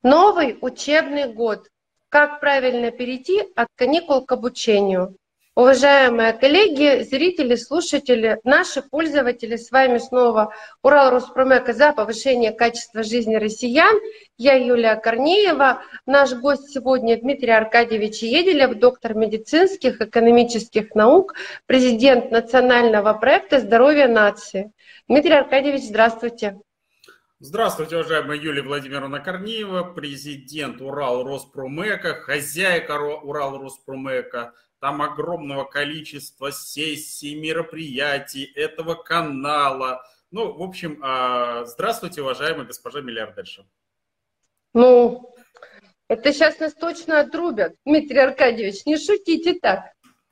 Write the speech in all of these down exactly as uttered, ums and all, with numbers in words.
Новый учебный год. Как правильно перейти от каникул к обучению? Уважаемые коллеги, зрители, слушатели, наши пользователи, с вами снова Урал Роспромека за повышение качества жизни россиян. Я Юлия Корнеева. Наш гость сегодня Дмитрий Аркадьевич Еделев, доктор медицинских, экономических наук, президент национального проекта «Здоровье нации». Дмитрий Аркадьевич, здравствуйте. Здравствуйте, уважаемая Юлия Владимировна Корнеева, президент Урал Роспромека, хозяйка Урал Роспромека. Там огромного количества сессий, мероприятий этого канала. Ну, в общем, здравствуйте, уважаемая госпожа миллиардерша. Ну, это сейчас нас точно отрубят, Дмитрий Аркадьевич, не шутите так.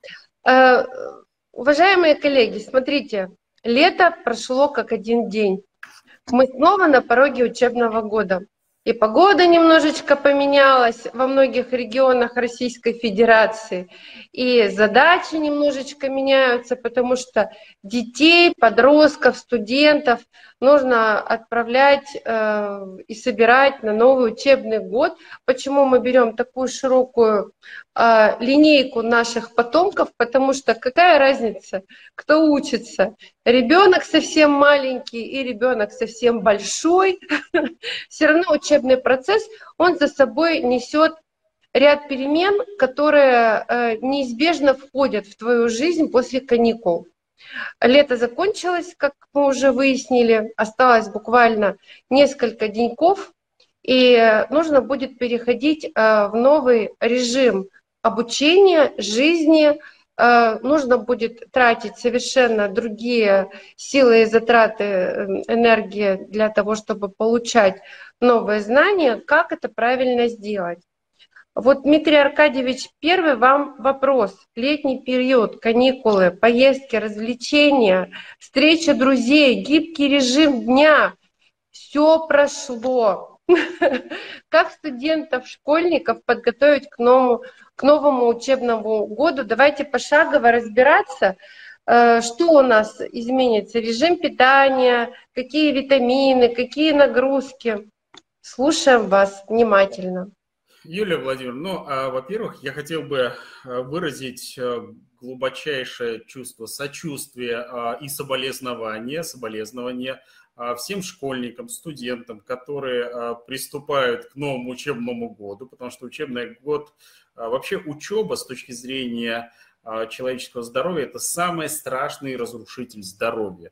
Уважаемые коллеги, смотрите, лето прошло как один день. Мы снова на пороге учебного года. И погода немножечко поменялась во многих регионах Российской Федерации. И задачи немножечко меняются, потому что детей, подростков, студентов нужно отправлять э, и собирать на новый учебный год. Почему мы берем такую широкую э, линейку наших потомков? Потому что какая разница, кто учится? Ребенок совсем маленький и ребенок совсем большой. Все равно учебный процесс, он за собой несет ряд перемен, которые неизбежно входят в твою жизнь после каникул. Лето закончилось, как мы уже выяснили, осталось буквально несколько деньков, и нужно будет переходить в новый режим обучения, жизни. Нужно будет тратить совершенно другие силы и затраты энергии для того, чтобы получать новые знания. Как это правильно сделать? Вот, Дмитрий Аркадьевич, первый вам вопрос. Летний период, каникулы, поездки, развлечения, встреча друзей, гибкий режим дня. Все прошло. Как студентов, школьников подготовить к новому, к новому учебному году? Давайте пошагово разбираться, что у нас изменится. Режим питания, какие витамины, какие нагрузки. Слушаем вас внимательно. Юлия Владимировна, ну, а, во-первых, я хотел бы выразить глубочайшее чувство сочувствия а, и соболезнования, соболезнования а, всем школьникам, студентам, которые а, приступают к новому учебному году, потому что учебный год, а, вообще учеба с точки зрения а, человеческого здоровья – это самый страшный разрушитель здоровья.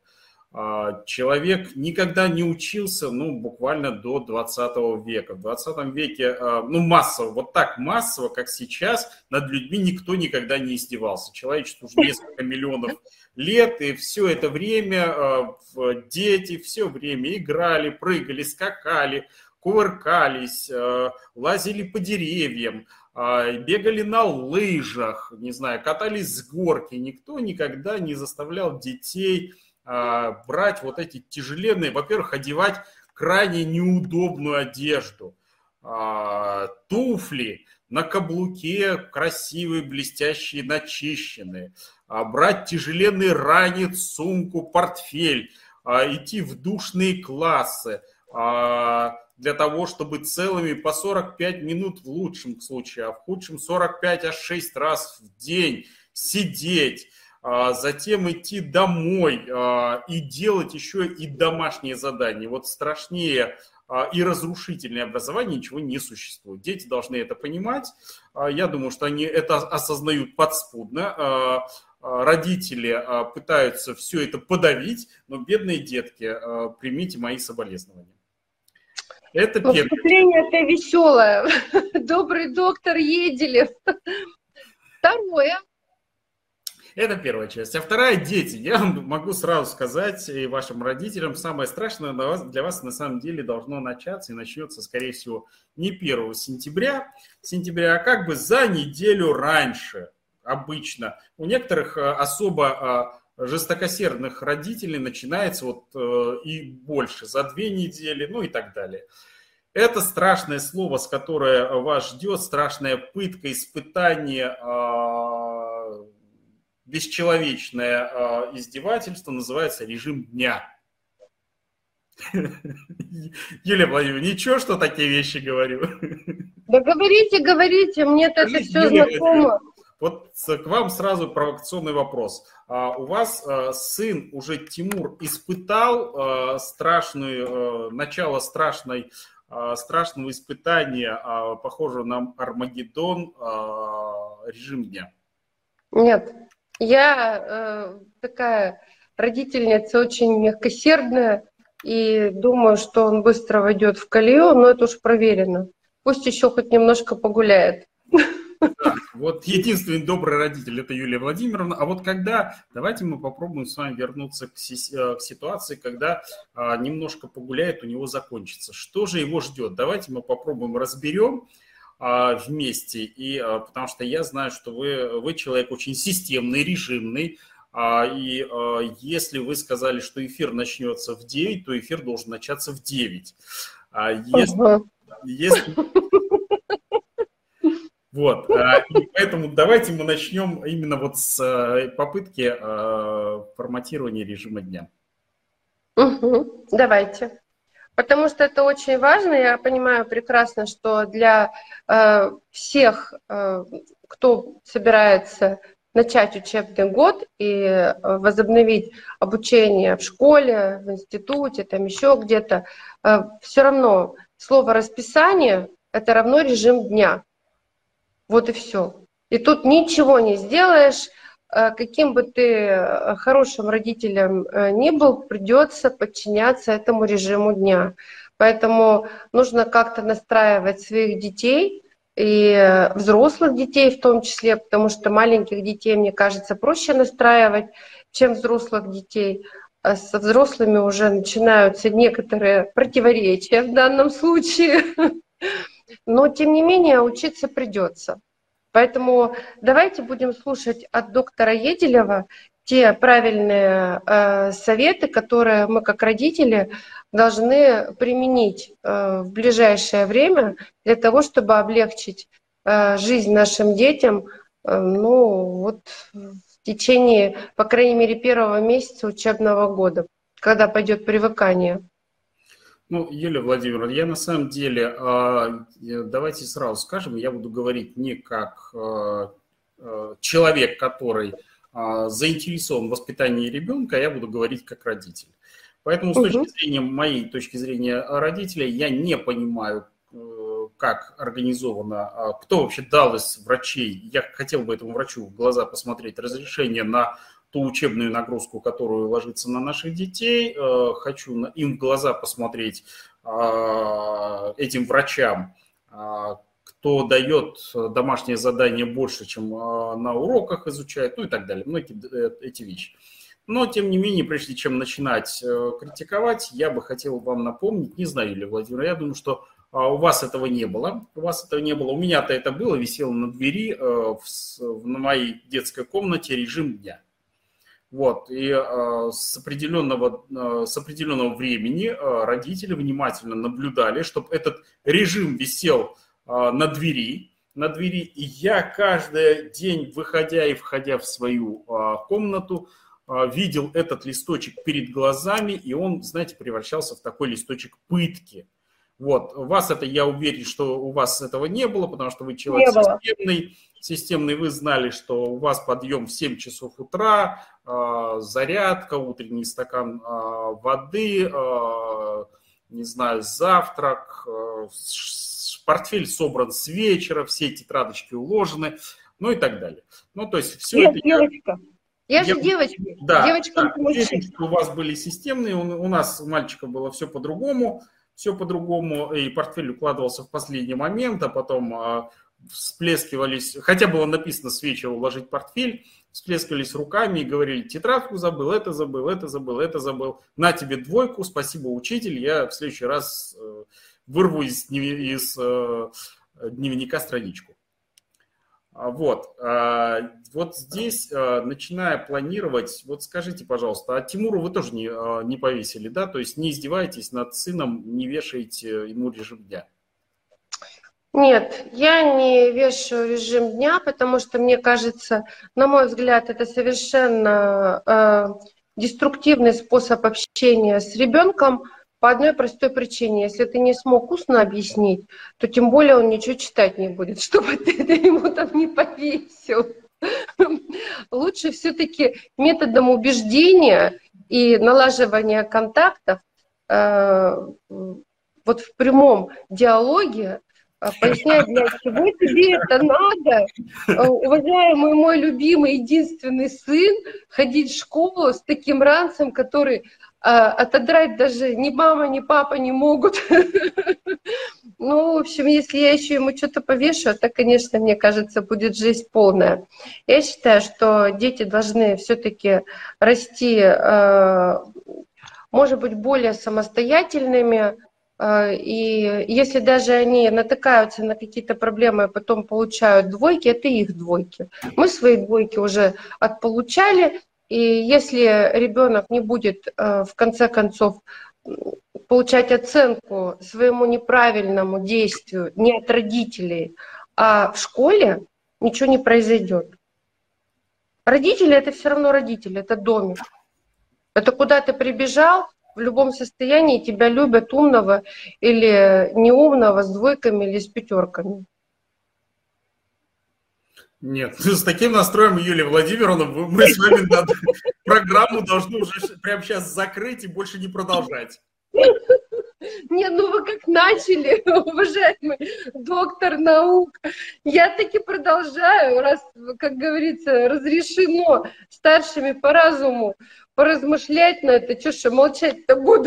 Человек никогда не учился, ну, буквально до двадцатого века. В двадцатом веке, ну, массово, вот так массово, как сейчас, над людьми никто никогда не издевался. Человечеству уже несколько миллионов лет, и все это время дети все время играли, прыгали, скакали, кувыркались, лазили по деревьям, бегали на лыжах, не знаю, катались с горки. Никто никогда не заставлял детей брать вот эти тяжеленные, во-первых, одевать крайне неудобную одежду, туфли на каблуке красивые, блестящие, начищенные, брать тяжеленный ранец, сумку, портфель, идти в душные классы для того, чтобы целыми по сорок пять минут в лучшем случае, а в худшем сорок пять аж шесть раз в день сидеть, затем идти домой и делать еще и домашние задания. Вот страшнее и разрушительное образование ничего не существует. Дети должны это понимать. Я думаю, что они это осознают подспудно. Родители пытаются все это подавить, но бедные детки, примите мои соболезнования. Это первое. Вступление-то веселое. Добрый доктор Еделев. Второе. Это первая часть. А вторая – дети. Я могу сразу сказать и вашим родителям, самое страшное для вас, для вас на самом деле должно начаться и начнется, скорее всего, не первого сентября, сентября, а как бы за неделю раньше обычно. У некоторых особо жестокосердных родителей начинается вот и больше, за две недели, ну и так далее. Это страшное слово, с которое вас ждет, страшная пытка, испытание, бесчеловечное издевательство, называется режим дня. Юлия Владимировна, ничего, что такие вещи говорю? Да говорите, говорите, мне это все Юлия знакомо. Вот к вам сразу провокационный вопрос. У вас сын уже Тимур испытал страшную, начало страшной, страшного испытания, похожего на Армагеддон, режим дня? Нет, я такая родительница очень мягкосердная и думаю, что он быстро войдет в колею, но это уж проверено. Пусть еще хоть немножко погуляет. Да, вот единственный добрый родитель – это Юлия Владимировна. А вот когда, давайте мы попробуем с вами вернуться к, к ситуации, когда а, немножко погуляет, у него закончится. Что же его ждет? Давайте мы попробуем разберем а, вместе. И, а, потому что я знаю, что вы, вы человек очень системный, режимный. А, и а, если вы сказали, что эфир начнется в девять, то эфир должен начаться в девять. А если, угу. если... Вот, и поэтому давайте мы начнем именно вот с попытки форматирования режима дня. Угу, давайте. Потому что это очень важно. Я понимаю прекрасно, что для э, всех, э, кто собирается начать учебный год и возобновить обучение в школе, в институте, там еще где-то, э, все равно слово «расписание» — это равно режим дня. Вот и все. И тут ничего не сделаешь, каким бы ты хорошим родителем ни был, придется подчиняться этому режиму дня. Поэтому нужно как-то настраивать своих детей и взрослых детей в том числе, потому что маленьких детей, мне кажется, проще настраивать, чем взрослых детей. А со взрослыми уже начинаются некоторые противоречия в данном случае. Но, тем не менее, учиться придется. Поэтому давайте будем слушать от доктора Еделева те правильные э, советы, которые мы, как родители, должны применить э, в ближайшее время для того, чтобы облегчить э, жизнь нашим детям э, ну, вот, в течение, по крайней мере, первого месяца учебного года, когда пойдет привыкание. Ну, Юлия Владимировна, я на самом деле, давайте сразу скажем, я буду говорить не как человек, который заинтересован в воспитании ребенка, а я буду говорить как родитель. Поэтому с точки зрения, моей точки зрения родителя, я не понимаю, как организовано, кто вообще дал из врачей, я хотел бы этому врачу в глаза посмотреть, разрешение на ту учебную нагрузку, которую ложится на наших детей. Хочу им в глаза посмотреть, этим врачам, кто дает домашнее задание больше, чем на уроках изучает, ну и так далее, многие эти вещи. Но, тем не менее, прежде чем начинать критиковать, я бы хотел вам напомнить, не знаю, Юлия Владимировна, я думаю, что у вас этого не было, у вас этого не было, у меня-то это было, висело на двери в, в, на моей детской комнате режим дня. Вот, и э, с, определенного, э, с определенного времени э, родители внимательно наблюдали, чтобы этот режим висел э, на двери, на двери, и я каждый день, выходя и входя в свою э, комнату, э, видел этот листочек перед глазами, и он, знаете, превращался в такой листочек пытки. Вот, у вас это, я уверен, что у вас этого не было, потому что вы человек системный, системный, вы знали, что у вас подъем в семь часов утра, э, зарядка, утренний стакан э, воды, э, не знаю, завтрак, э, портфель собран с вечера, все тетрадочки уложены, ну и так далее. Ну, то есть все я это... Девочка. Я, я же девочка. Да, девочка да, уверен, что у вас были системные, у, у нас, у мальчика было все по-другому. Все по-другому, и портфель укладывался в последний момент, а потом э, всплескивались, хотя было написано с вечера уложить портфель, всплескивались руками и говорили: тетрадку забыл, это забыл, это забыл, это забыл, на тебе двойку, спасибо, учитель, я в следующий раз э, вырву из, из э, дневника страничку. Вот, вот здесь, начиная планировать, вот скажите, пожалуйста, а Тимуру вы тоже не, не повесили, да? То есть не издеваетесь над сыном, не вешаете ему режим дня? Нет, я не вешаю режим дня, потому что, мне кажется, на мой взгляд, это совершенно э, деструктивный способ общения с ребенком, по одной простой причине. Если ты не смог устно объяснить, то тем более он ничего читать не будет, чтобы ты, ты ему там не повесил. Лучше все-таки методом убеждения и налаживания контактов э, вот в прямом диалоге пояснять, для чего тебе это надо, уважаемый мой любимый единственный сын, ходить в школу с таким ранцем, который а, отодрать даже ни мама, ни папа не могут. Ну, в общем, если я еще ему что-то повешу, это, конечно, мне кажется, будет жизнь полная. Я считаю, что дети должны все-таки расти, может быть, более самостоятельными, и если даже они натыкаются на какие-то проблемы, а потом получают двойки, это их двойки. Мы свои двойки уже отполучали, и если ребенок не будет в конце концов получать оценку своему неправильному действию не от родителей, а в школе, ничего не произойдет. Родители — это все равно родители, это домик. Это куда ты прибежал, в любом состоянии тебя любят умного или неумного, с двойками или с пятерками. Нет, с таким настроем, Юлия Владимировна, мы с вами программу должны уже прямо сейчас закрыть и больше не продолжать. Не, ну вы как начали, уважаемый доктор наук. Я таки продолжаю, раз, как говорится, разрешено старшими по разуму поразмышлять на это. Что ж, молчать-то буду.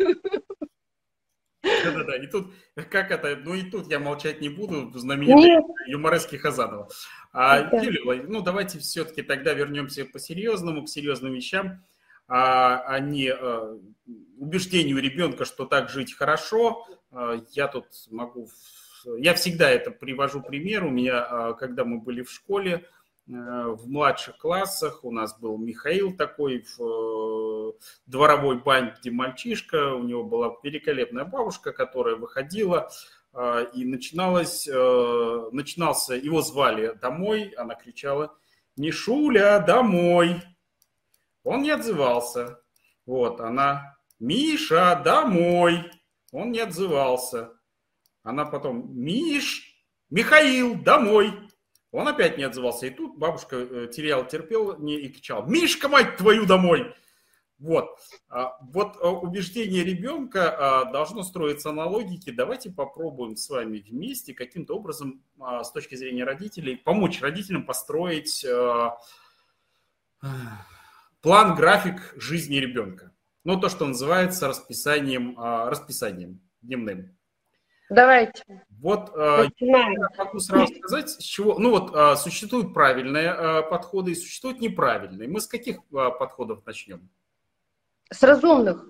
Да-да-да, и тут, как это, ну и тут я молчать не буду, знаменитый юморески Хазанова. А, Юлия Владимировна, ну давайте все-таки тогда вернемся по-серьезному, к серьезным вещам. А, а не а, убеждению ребенка, что так жить хорошо. А, я тут могу... Я всегда это привожу пример. У меня, а, когда мы были в школе, в младших классах у нас был Михаил такой в дворовой банде мальчишка, у него была великолепная бабушка, которая выходила, и начиналось, начинался, его звали домой, она кричала: «Мишуля, домой!» Он не отзывался. Вот, она: «Миша, домой!» Он не отзывался. Она потом: «Миш, Михаил, домой!» Он опять не отзывался. И тут бабушка теряла терпение и кричала: «Мишка, мать твою, домой!» Вот. Вот убеждение ребенка должно строиться на логике. Давайте попробуем с вами вместе каким-то образом, с точки зрения родителей, помочь родителям построить план, график жизни ребенка. Ну, то, что называется расписанием, расписанием дневным. Давайте. Вот я могу сразу сказать, с чего. Ну вот существуют правильные подходы и существуют неправильные. Мы с каких подходов начнем? С разумных.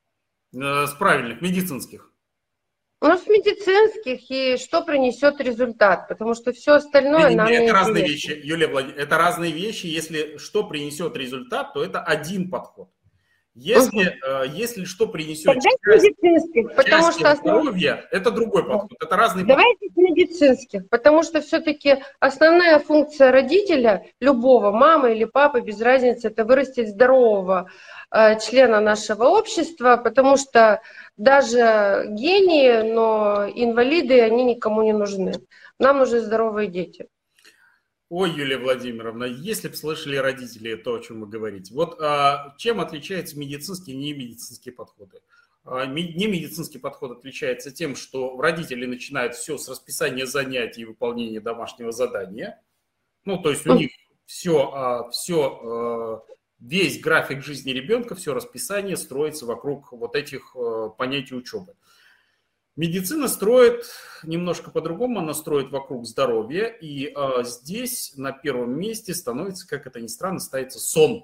С правильных, медицинских. Ну, с медицинских, и что принесет результат, потому что все остальное не, не, нам не это Это разные вещи, Юлия Владимировна, это разные вещи. Если что принесет результат, то это один подход. Если, угу. если что принесет Тогда с медицинских, потому что здоровья, это другой подход, это разный Давайте подход. с медицинских, потому что все-таки основная функция родителя, любого, мамы или папы, без разницы, это вырастить здорового э, члена нашего общества, потому что даже гении, но инвалиды, они никому не нужны. Нам нужны здоровые дети. Ой, Юлия Владимировна, если бы слышали родители то, о чем вы говорите. Вот а, чем отличаются медицинские и немедицинские подходы? А, немедицинский подход отличается тем, что родители начинают все с расписания занятий и выполнения домашнего задания. Ну, то есть у них все, все, весь график жизни ребенка, все расписание строится вокруг вот этих понятий учебы. Медицина строит немножко по-другому, она строит вокруг здоровья, и э, здесь на первом месте становится, как это ни странно, ставится сон.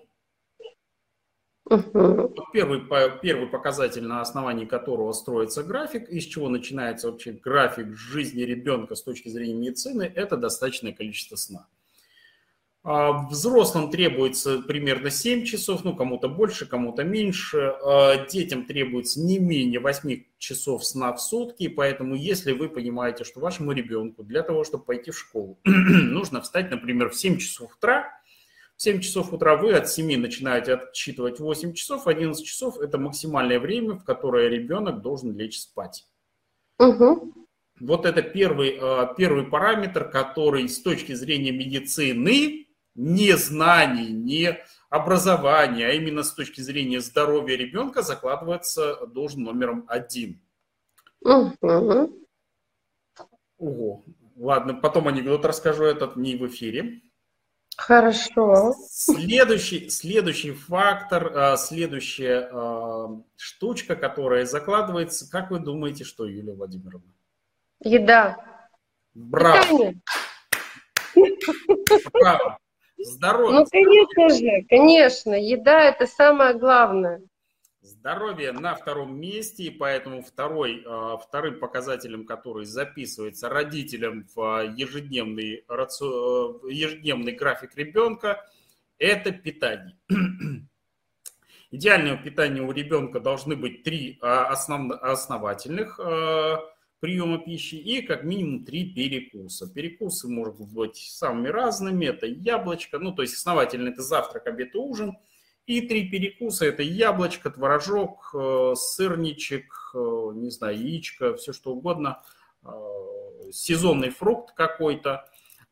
Uh-huh. Первый, первый показатель, на основании которого строится график, из чего начинается вообще график жизни ребенка с точки зрения медицины, это достаточное количество сна. Взрослым требуется примерно семь часов, ну кому-то больше, кому-то меньше. Детям требуется не менее восемь часов сна в сутки, поэтому если вы понимаете, что вашему ребенку для того, чтобы пойти в школу, нужно встать, например, в семь часов утра, В семь часов утра вы от семи начинаете отсчитывать восемь часов, одиннадцать часов – это максимальное время, в которое ребенок должен лечь спать. Угу. Вот это первый, первый параметр, который с точки зрения медицины, не знаний, не образования, а именно с точки зрения здоровья ребенка закладывается, должен номером один. Угу. Ого. Ладно, потом анекдот расскажу, этот не в эфире. Хорошо. Следующий, следующий фактор, следующая штучка, которая закладывается, как вы думаете, что, Юлия Владимировна? Еда. Браво. Питание. Браво. Здоровье. Ну, конечно же, конечно, еда – это самое главное. Здоровье на втором месте, и поэтому второй, вторым показателем, который записывается родителям в ежедневный, ежедневный график ребенка, это питание. Идеального питания у ребенка должны быть три основ, основательных приема пищи и как минимум три перекуса. Перекусы могут быть самыми разными. Это яблочко, ну то есть основательный это завтрак, обед и ужин. И три перекуса это яблочко, творожок, сырничек, не знаю, яичко, все что угодно. Сезонный фрукт какой-то,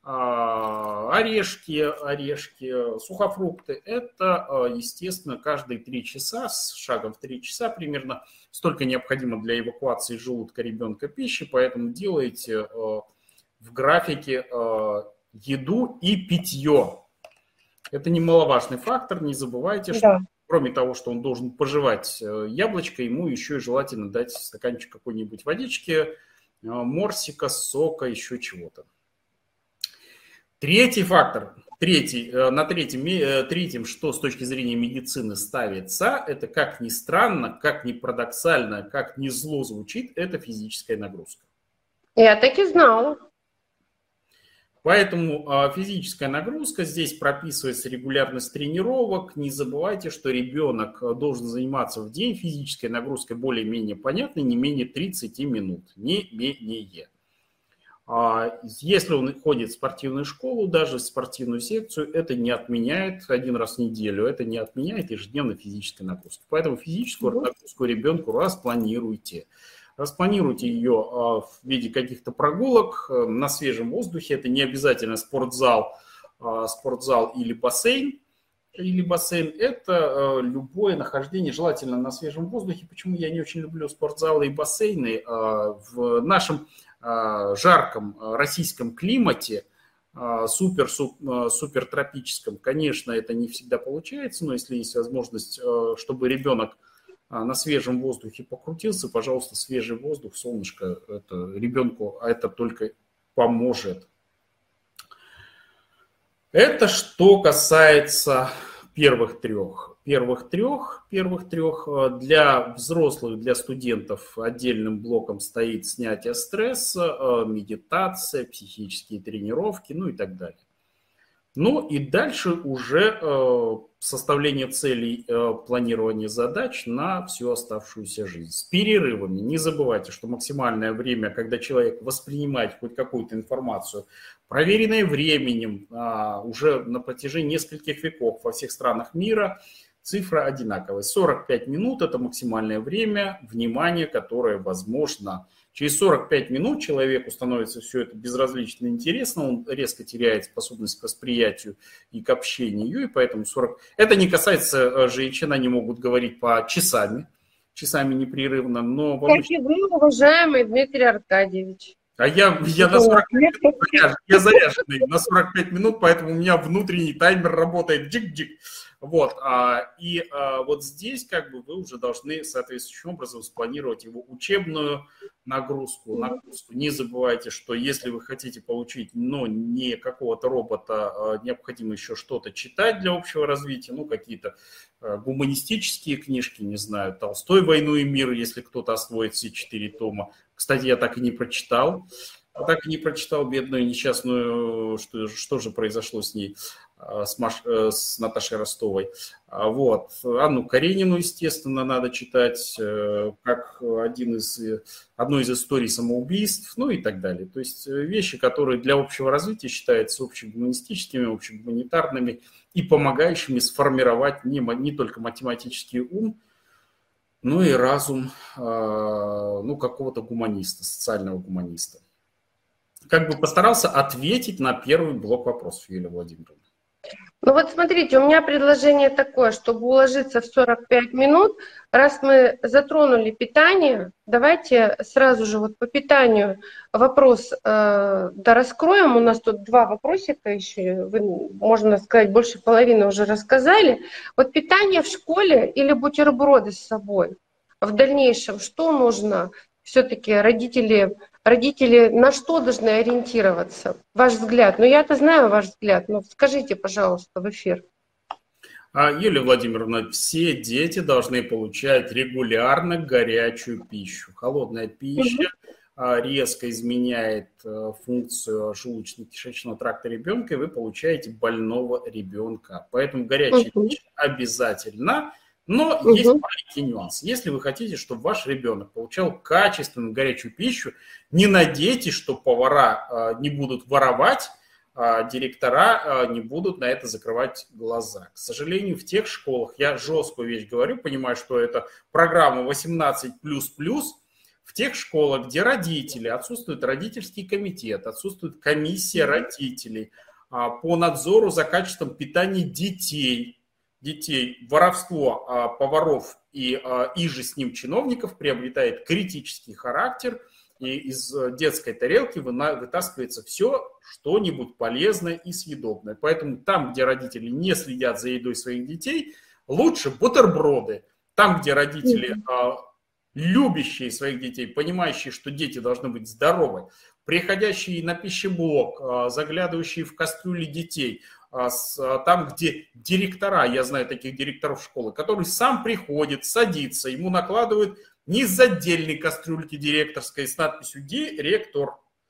орешки, орешки, сухофрукты. Это, естественно, каждые три часа, с шагом в три часа примерно, столько необходимо для эвакуации желудка ребенка пищи, поэтому делайте в графике еду и питье. Это немаловажный фактор, не забывайте, что да. Кроме того, что он должен пожевать яблочко, ему еще и желательно дать стаканчик какой-нибудь водички, морсика, сока, еще чего-то. Третий фактор, третий, на третьем, третьем, что с точки зрения медицины ставится, это, как ни странно, как ни парадоксально, как ни зло звучит, это физическая нагрузка. Я так и знала. Поэтому физическая нагрузка, здесь прописывается регулярность тренировок. Не забывайте, что ребенок должен заниматься в день физической нагрузкой более-менее понятной, не менее тридцати минут, не менее. Если он ходит в спортивную школу, даже в спортивную секцию, это не отменяет один раз в неделю, это не отменяет ежедневной физической нагрузки. Поэтому физическую нагрузку ребенку распланируйте. Распланируйте ее в виде каких-то прогулок на свежем воздухе. Это не обязательно спортзал, спортзал или бассейн. Или бассейн – это любое нахождение, желательно на свежем воздухе. Почему я не очень люблю спортзалы и бассейны? В нашем жарком российском климате, супер, супер тропическом, конечно, это не всегда получается, но если есть возможность, чтобы ребенок на свежем воздухе покрутился, пожалуйста, свежий воздух, солнышко, это ребенку, а это только поможет. Это что касается первых трех. Первых трех, первых трех. Для взрослых, для студентов отдельным блоком стоит снятие стресса, медитация, психические тренировки, ну и так далее. Ну и дальше уже составление целей, планирование задач на всю оставшуюся жизнь. С перерывами. Не забывайте, что максимальное время, когда человек воспринимает хоть какую-то информацию, проверенное временем, уже на протяжении нескольких веков во всех странах мира, цифра одинаковая. сорок пять минут – это максимальное время внимания, которое возможно. Через сорок пять минут человеку становится все это безразлично интересно, он резко теряет способность к восприятию и к общению, и поэтому сорок... Это не касается женщин, они могут говорить по часами, часами непрерывно, но... Как и вы, уважаемый Дмитрий Аркадьевич. А я, я на сорок пять минут заряжен, я заряженный на сорок пять минут, поэтому у меня внутренний таймер работает джик-джик. Вот, и вот здесь как бы вы уже должны соответствующим образом спланировать его учебную нагрузку, нагрузку. Не забывайте, что если вы хотите получить, ну, не какого-то робота, необходимо еще что-то читать для общего развития, ну, какие-то гуманистические книжки, не знаю, Толстой «Войну и мир», если кто-то освоит все четыре тома. Кстати, я так и не прочитал. Так и не прочитал бедную несчастную, что, что же произошло с ней, с, Маш, с Наташей Ростовой. Вот. Анну Каренину, естественно, надо читать, как один из, одной из историй самоубийств, ну и так далее. То есть вещи, которые для общего развития считаются общегуманистическими, общегуманитарными и помогающими сформировать не, не только математический ум, но и разум ну, какого-то гуманиста, социального гуманиста. Как бы постарался ответить на первый блок вопросов, Юлия Владимировна. Ну вот смотрите, у меня предложение такое, чтобы уложиться в сорок пять минут, раз мы затронули питание, давайте сразу же вот по питанию вопрос э, да раскроем. У нас тут два вопросика еще, вы, можно сказать, больше половины уже рассказали. Вот питание в школе или бутерброды с собой? В дальнейшем что нужно все-таки родители... Родители на что должны ориентироваться? Ваш взгляд. Ну, я-то знаю ваш взгляд, но скажите, пожалуйста, в эфир. Юлия Владимировна, все дети должны получать регулярно горячую пищу. Холодная пища угу. резко изменяет функцию желудочно-кишечного тракта ребенка, и вы получаете больного ребенка. Поэтому горячая угу. пища обязательно. Но угу. есть маленький нюанс. Если вы хотите, чтобы ваш ребенок получал качественную горячую пищу, не надейтесь, что повара э, не будут воровать, э, директора э, не будут на это закрывать глаза. К сожалению, в тех школах, я жесткую вещь говорю, понимаю, что это программа восемнадцать плюс плюс, в тех школах, где родители, отсутствует родительский комитет, отсутствует комиссия родителей э, по надзору за качеством питания детей, детей, воровство а, поваров и а, иже с ним чиновников приобретает критический характер, и из детской тарелки вытаскивается все что-нибудь полезное и съедобное. Поэтому там, где родители не следят за едой своих детей, лучше бутерброды. Там, где родители, а, любящие своих детей, понимающие, что дети должны быть здоровы, приходящие на пищеблок, а, заглядывающие в кастрюли детей, там, где директора, я знаю таких директоров школы, который сам приходит, садится, ему накладывают не из отдельной кастрюльки директорской с надписью «директор»,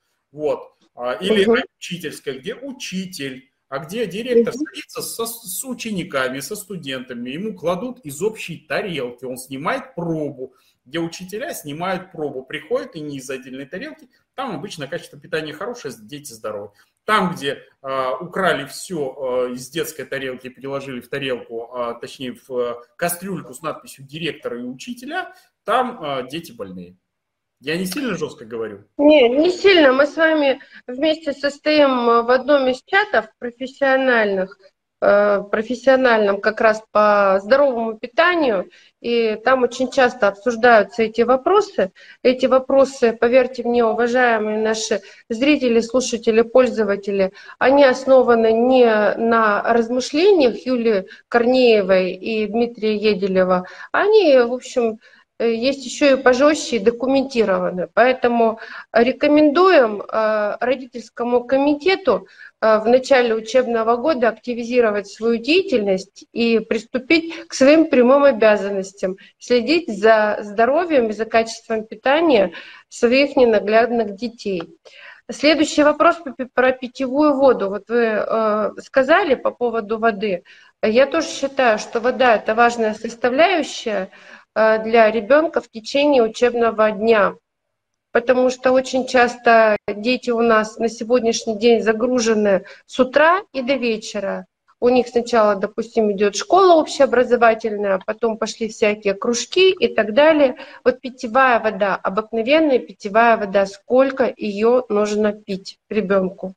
вот, или угу. учительская, где учитель, а где директор угу. садится со, с учениками, со студентами, ему кладут из общей тарелки, он снимает пробу, где учителя снимают пробу, приходят и не из отдельной тарелки, там обычно качество питания хорошее, дети здоровы. Там, где э, украли все э, из детской тарелки и переложили в тарелку, э, точнее в э, кастрюльку с надписью «директора» и «учителя», там э, дети больные. Я не сильно жестко говорю? Не, не сильно. Мы с вами вместе состоим в одном из чатов профессиональных, профессиональном как раз по здоровому питанию, и там очень часто обсуждаются эти вопросы. Эти вопросы, поверьте мне, уважаемые наши зрители, слушатели, пользователи, они основаны не на размышлениях Юлии Корнеевой и Дмитрия Еделева, они, в общем, есть еще и пожестче, и документированы. Поэтому рекомендуем родительскому комитету в начале учебного года активизировать свою деятельность и приступить к своим прямым обязанностям, следить за здоровьем и за качеством питания своих ненаглядных детей. Следующий вопрос про питьевую воду. Вот вы сказали по поводу воды. Я тоже считаю, что вода – это важная составляющая для ребенка в течение учебного дня, потому что очень часто дети у нас на сегодняшний день загружены с утра и до вечера. У них сначала, допустим, идет школа общеобразовательная, потом пошли всякие кружки и так далее. Вот питьевая вода, обыкновенная питьевая вода, сколько ее нужно пить ребенку?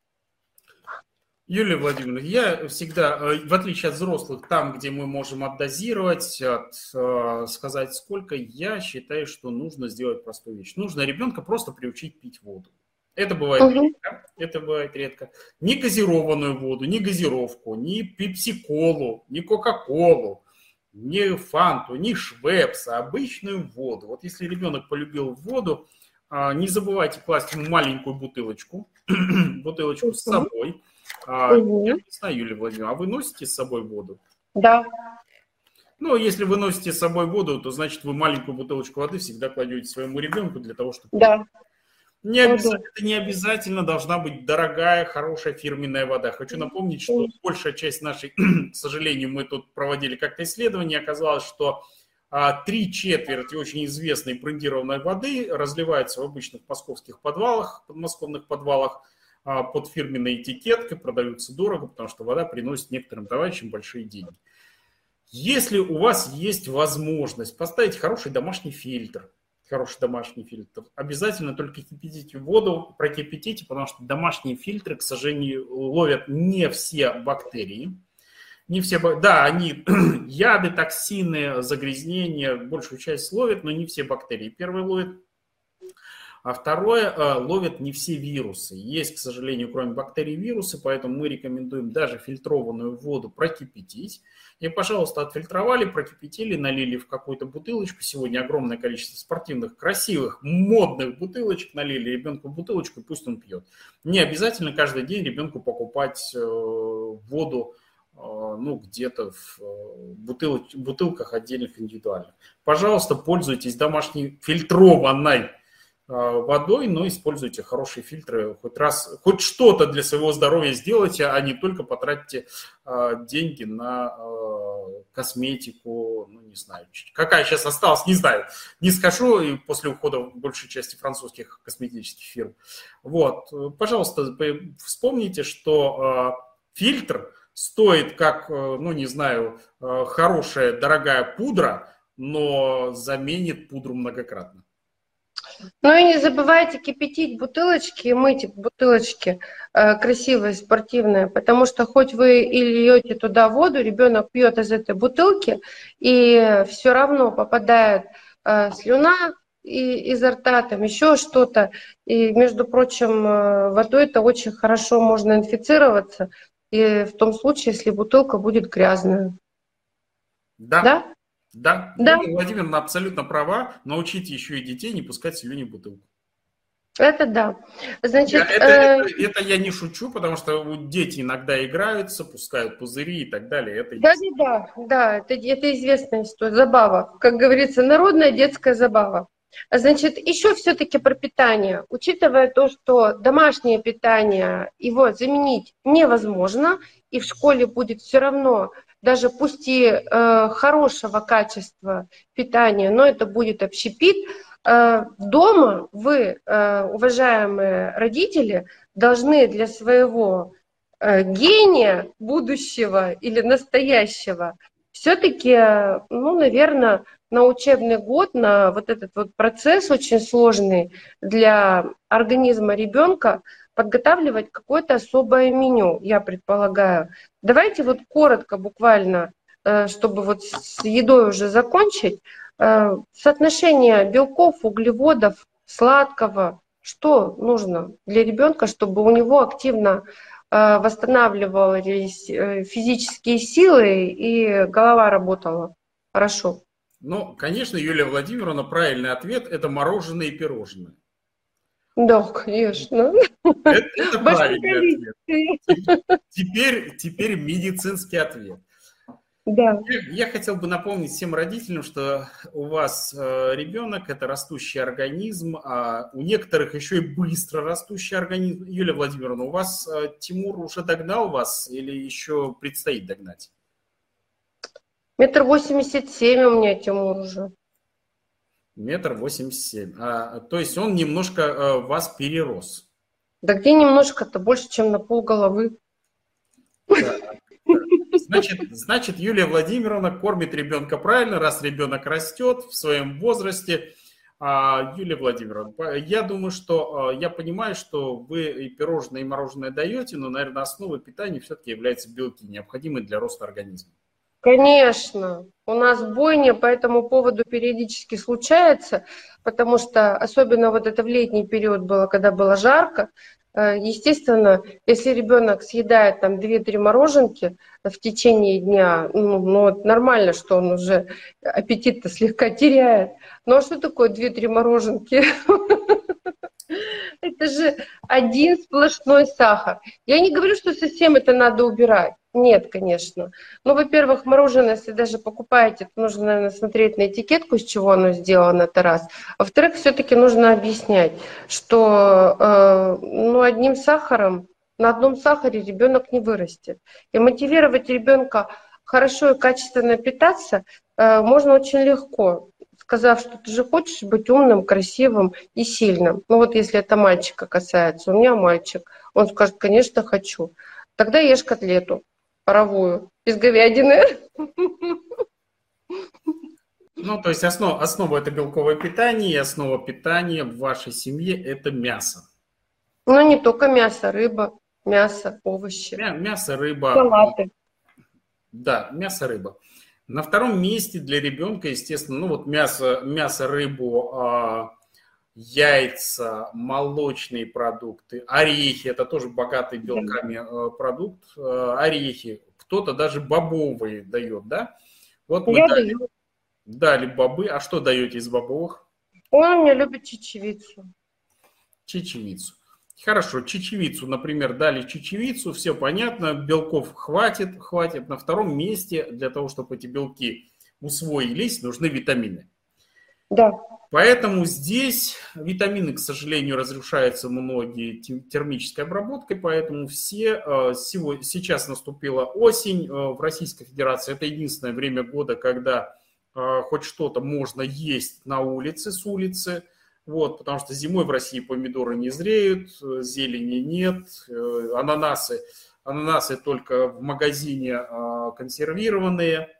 Юлия Владимировна, я всегда, в отличие от взрослых, там, где мы можем отдозировать, от, сказать сколько, я считаю, что нужно сделать простую вещь. Нужно ребенка просто приучить пить воду. Это бывает угу. редко, это бывает редко. Не газированную воду, не газировку, не пепси-колу, не кока-колу, не фанту, не швепс, а обычную воду. Вот если ребенок полюбил воду, не забывайте класть ему маленькую бутылочку, бутылочку с собой. А, угу. Я не знаю, Юлия Владимировна, а вы носите с собой воду? Да. Ну, если вы носите с собой воду, то значит вы маленькую бутылочку воды всегда кладете своему ребенку для того, чтобы... Да. Не обязательно, это не обязательно должна быть дорогая, хорошая фирменная вода. Хочу напомнить, что большая часть нашей, к сожалению, мы тут проводили как-то исследование, оказалось, что а три четверти очень известной брендированной воды разливается в обычных московских подвалах, подмосковных подвалах под фирменной этикеткой, продаются дорого, потому что вода приносит некоторым товарищам большие деньги. Если у вас есть возможность поставить хороший домашний фильтр, хороший домашний фильтр, обязательно только кипятите воду, прокипятите, потому что домашние фильтры, к сожалению, ловят не все бактерии. Не все, да, они яды, токсины, загрязнения, большую часть ловят, но не все бактерии первые ловят. А второе, ловят не все вирусы. Есть, к сожалению, кроме бактерий, вирусы, поэтому мы рекомендуем даже фильтрованную воду прокипятить. И, пожалуйста, отфильтровали, прокипятили, налили в какую-то бутылочку. Сегодня огромное количество спортивных, красивых, модных бутылочек налили ребенку в бутылочку, пусть он пьет. Не обязательно каждый день ребенку покупать воду, ну, где-то в бутыл, бутылках отдельных индивидуальных. Пожалуйста, пользуйтесь домашней фильтрованной водой, но используйте хорошие фильтры. Хоть раз, хоть что-то для своего здоровья сделайте, а не только потратьте деньги на косметику, ну, не знаю, какая сейчас осталась, не знаю, не скажу, и после ухода большей части французских косметических фирм. Вот, пожалуйста, вспомните, что фильтр стоит как, ну, не знаю, хорошая, дорогая пудра, но заменит пудру многократно. Ну и не забывайте кипятить бутылочки и мыть бутылочки э, красивые, спортивные, потому что хоть вы и льете туда воду, ребенок пьет из этой бутылки, и все равно попадает э, слюна и, изо рта, там еще что-то. И, между прочим, э, водой это очень хорошо можно инфицироваться, и в том случае, если бутылка будет грязная. Да. Да? Да, Да. Юлия Владимировна абсолютно права. Научите еще и детей не пускать слюни в бутылку. Это да. Значит, это, э... это, это я не шучу, потому что дети иногда играются, пускают пузыри и так далее. Это да, да, да, да, это, это известная история, забава. Как говорится, народная детская забава. Значит, еще все-таки про питание. Учитывая то, что домашнее питание, его заменить невозможно, и в школе будет все равно, даже пусть и э, хорошего качества питания, но это будет общепит, э, дома вы, э, уважаемые родители, должны для своего э, гения будущего или настоящего все-таки, ну, наверное, на учебный год, на вот этот вот процесс очень сложный для организма ребенка подготавливать какое-то особое меню, я предполагаю. Давайте вот коротко, буквально, чтобы вот с едой уже закончить, соотношение белков, углеводов, сладкого, что нужно для ребенка, чтобы у него активно восстанавливались физические силы и голова работала хорошо. Ну, конечно, Юлия Владимировна, правильный ответ – это мороженое и пирожное. Да, конечно. Это, это правильный ответ. Теперь, теперь медицинский ответ. Да. Я, я хотел бы напомнить всем родителям, что у вас э, ребенок – это растущий организм, а у некоторых еще и быстро растущий организм. Юлия Владимировна, у вас э, Тимур уже догнал вас или еще предстоит догнать? Метр восемьдесят семь у меня Тимур уже. Метр восемьдесят семь. А, то есть он немножко э, вас перерос. Да где немножко-то, больше, чем на пол головы. Да. Значит, значит, Юлия Владимировна кормит ребенка правильно, раз ребенок растет в своем возрасте. А, Юлия Владимировна, я думаю, что я понимаю, что вы и пирожное, и мороженое даете, но, наверное, основой питания все-таки являются белки, необходимые для роста организма. Конечно, у нас бойня по этому поводу периодически случается, потому что особенно вот это в летний период было, когда было жарко. Естественно, если ребенок съедает там две-три мороженки в течение дня, ну, ну это нормально, что он уже аппетит-то слегка теряет. Ну а что такое две-три мороженки? Это же один сплошной сахар. Я не говорю, что совсем это надо убирать. Нет, конечно. Ну, во-первых, мороженое, если даже покупаете, то нужно, наверное, смотреть на этикетку, из чего оно сделано, это раз. Во-вторых, все-таки нужно объяснять, что э, ну, одним сахаром, на одном сахаре ребенок не вырастет. И мотивировать ребенка хорошо и качественно питаться э, можно очень легко, сказав, что ты же хочешь быть умным, красивым и сильным. Ну вот если это мальчика касается, у меня мальчик, он скажет, конечно, хочу. Тогда ешь котлету паровую из говядины. Ну, то есть основа, основа это белковое питание, и основа питания в вашей семье это мясо. Ну не только мясо, рыба, мясо, овощи, Мя- Мясо, рыба, салаты. да, мясо, рыба. На втором месте для ребенка, естественно, ну вот мясо, мясо, рыбу, а, яйца, молочные продукты, орехи, это тоже богатый Да. белками э, продукт, э, орехи, кто-то даже бобовые дает, да? Вот мы Я дали, даю. дали бобы, а что даете из бобовых? Он у меня любит чечевицу. Чечевицу. Хорошо, чечевицу, например, дали чечевицу, все понятно, белков хватит, хватит. На втором месте для того, чтобы эти белки усвоились, нужны витамины. Да. Поэтому здесь витамины, к сожалению, разрушаются многие термической обработкой, поэтому все, сегодня, сейчас наступила осень в Российской Федерации, это единственное время года, когда хоть что-то можно есть на улице, с улицы, вот, потому что зимой в России помидоры не зреют, зелени нет, ананасы, ананасы только в магазине консервированные.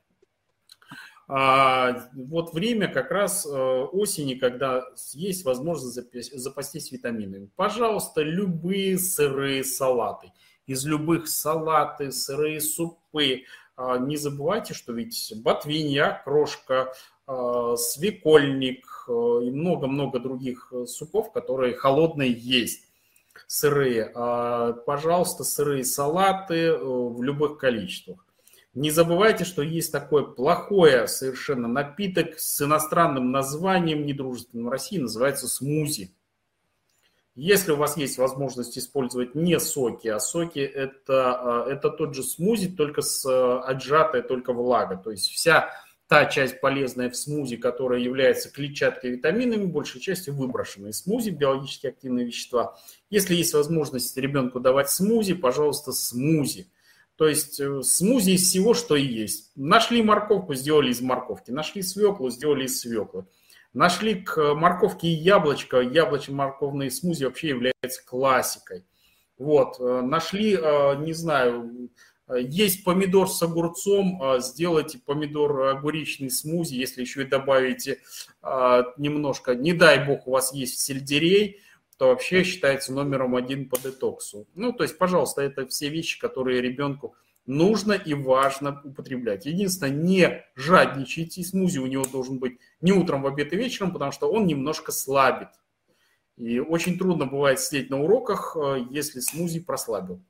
А вот время как раз осени, когда есть возможность запастись витаминами. Пожалуйста, любые сырые салаты. Из любых салаты, сырые супы. Не забывайте, что ведь ботвинья, крошка, свекольник и много-много других супов, которые холодные есть. Сырые. Пожалуйста, сырые салаты в любых количествах. Не забывайте, что есть такой плохой совершенно напиток с иностранным названием, недружественным России, называется смузи. Если у вас есть возможность использовать не соки, а соки это, это тот же смузи, только с отжатая только влага. То есть вся та часть полезная в смузи, которая является клетчаткой и витаминами, большей частью выброшена из смузи, биологически активные вещества. Если есть возможность ребенку давать смузи, пожалуйста, смузи. То есть смузи из всего, что и есть. Нашли морковку, сделали из морковки. Нашли свеклу, сделали из свеклы. Нашли к морковке и яблочко. Яблочно-морковные смузи вообще являются классикой. Вот. Нашли, не знаю, есть помидор с огурцом, сделайте помидор-огуречный смузи, если еще и добавите немножко, не дай бог, у вас есть сельдерей, то вообще считается номером один по детоксу. Ну, то есть, пожалуйста, это все вещи, которые ребенку нужно и важно употреблять. Единственное, не жадничайте, смузи у него должен быть не утром, в обед и вечером, потому что он немножко слабит. И очень трудно бывает сидеть на уроках, если смузи прослабил.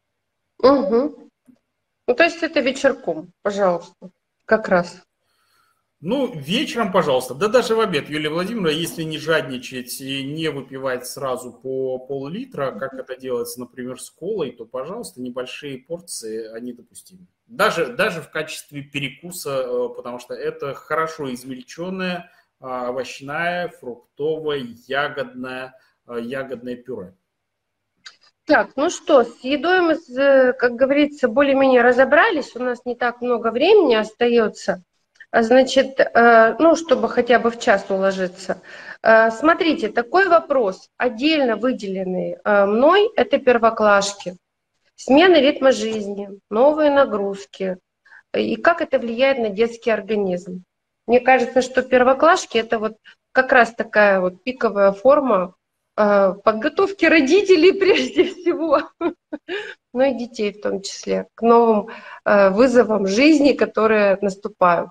Угу. Ну, то есть это вечерком, пожалуйста, как раз. Ну, вечером, пожалуйста, да даже в обед, Юлия Владимировна, если не жадничать и не выпивать сразу по пол-литра, как это делается, например, с колой, то, пожалуйста, небольшие порции, они допустимы. Даже, даже в качестве перекуса, потому что это хорошо измельченное, овощное, фруктовое, ягодное, ягодное пюре. Так, ну что, с едой мы, как говорится, более-менее разобрались, у нас не так много времени остается. Значит, ну, чтобы хотя бы в час уложиться. Смотрите, такой вопрос, отдельно выделенный мной, это первоклашки. Смена ритма жизни, новые нагрузки. И как это влияет на детский организм. Мне кажется, что первоклашки – это вот как раз такая вот пиковая форма подготовки родителей прежде всего, но и детей в том числе, к новым вызовам жизни, которые наступают.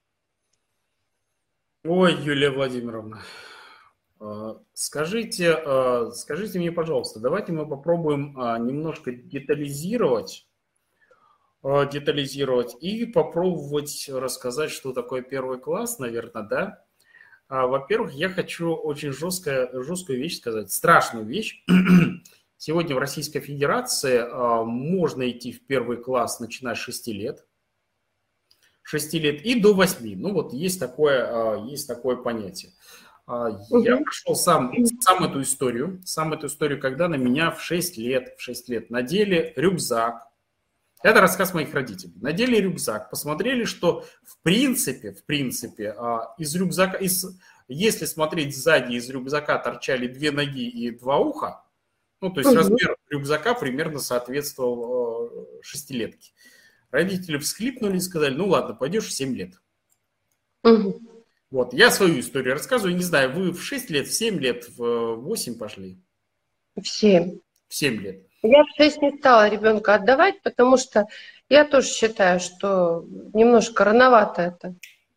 Ой, Юлия Владимировна, скажите, скажите мне, пожалуйста, давайте мы попробуем немножко детализировать, детализировать и попробовать рассказать, что такое первый класс, наверное, да? Во-первых, я хочу очень жесткую, жесткую вещь сказать, страшную вещь. Сегодня в Российской Федерации можно идти в первый класс, начиная с шести лет. шести лет и до восьми. Ну вот есть такое, есть такое понятие. Я прошел сам, сам эту историю, сам эту историю, когда на меня в шесть лет, в шесть лет надели рюкзак, Это рассказ моих родителей. Надели рюкзак, посмотрели, что в принципе, в принципе, из рюкзака, из, если смотреть сзади, из рюкзака торчали две ноги и два уха, ну, то есть Угу. размер рюкзака примерно соответствовал шестилетке. Родители всхлипнули и сказали, ну ладно, пойдешь в семь лет. Угу. Вот, я свою историю рассказываю, не знаю, вы в шесть лет, в семь лет, в восемь пошли? В семь. В семь лет. Я в шесть не стала ребенка отдавать, потому что я тоже считаю, что немножко рановато это.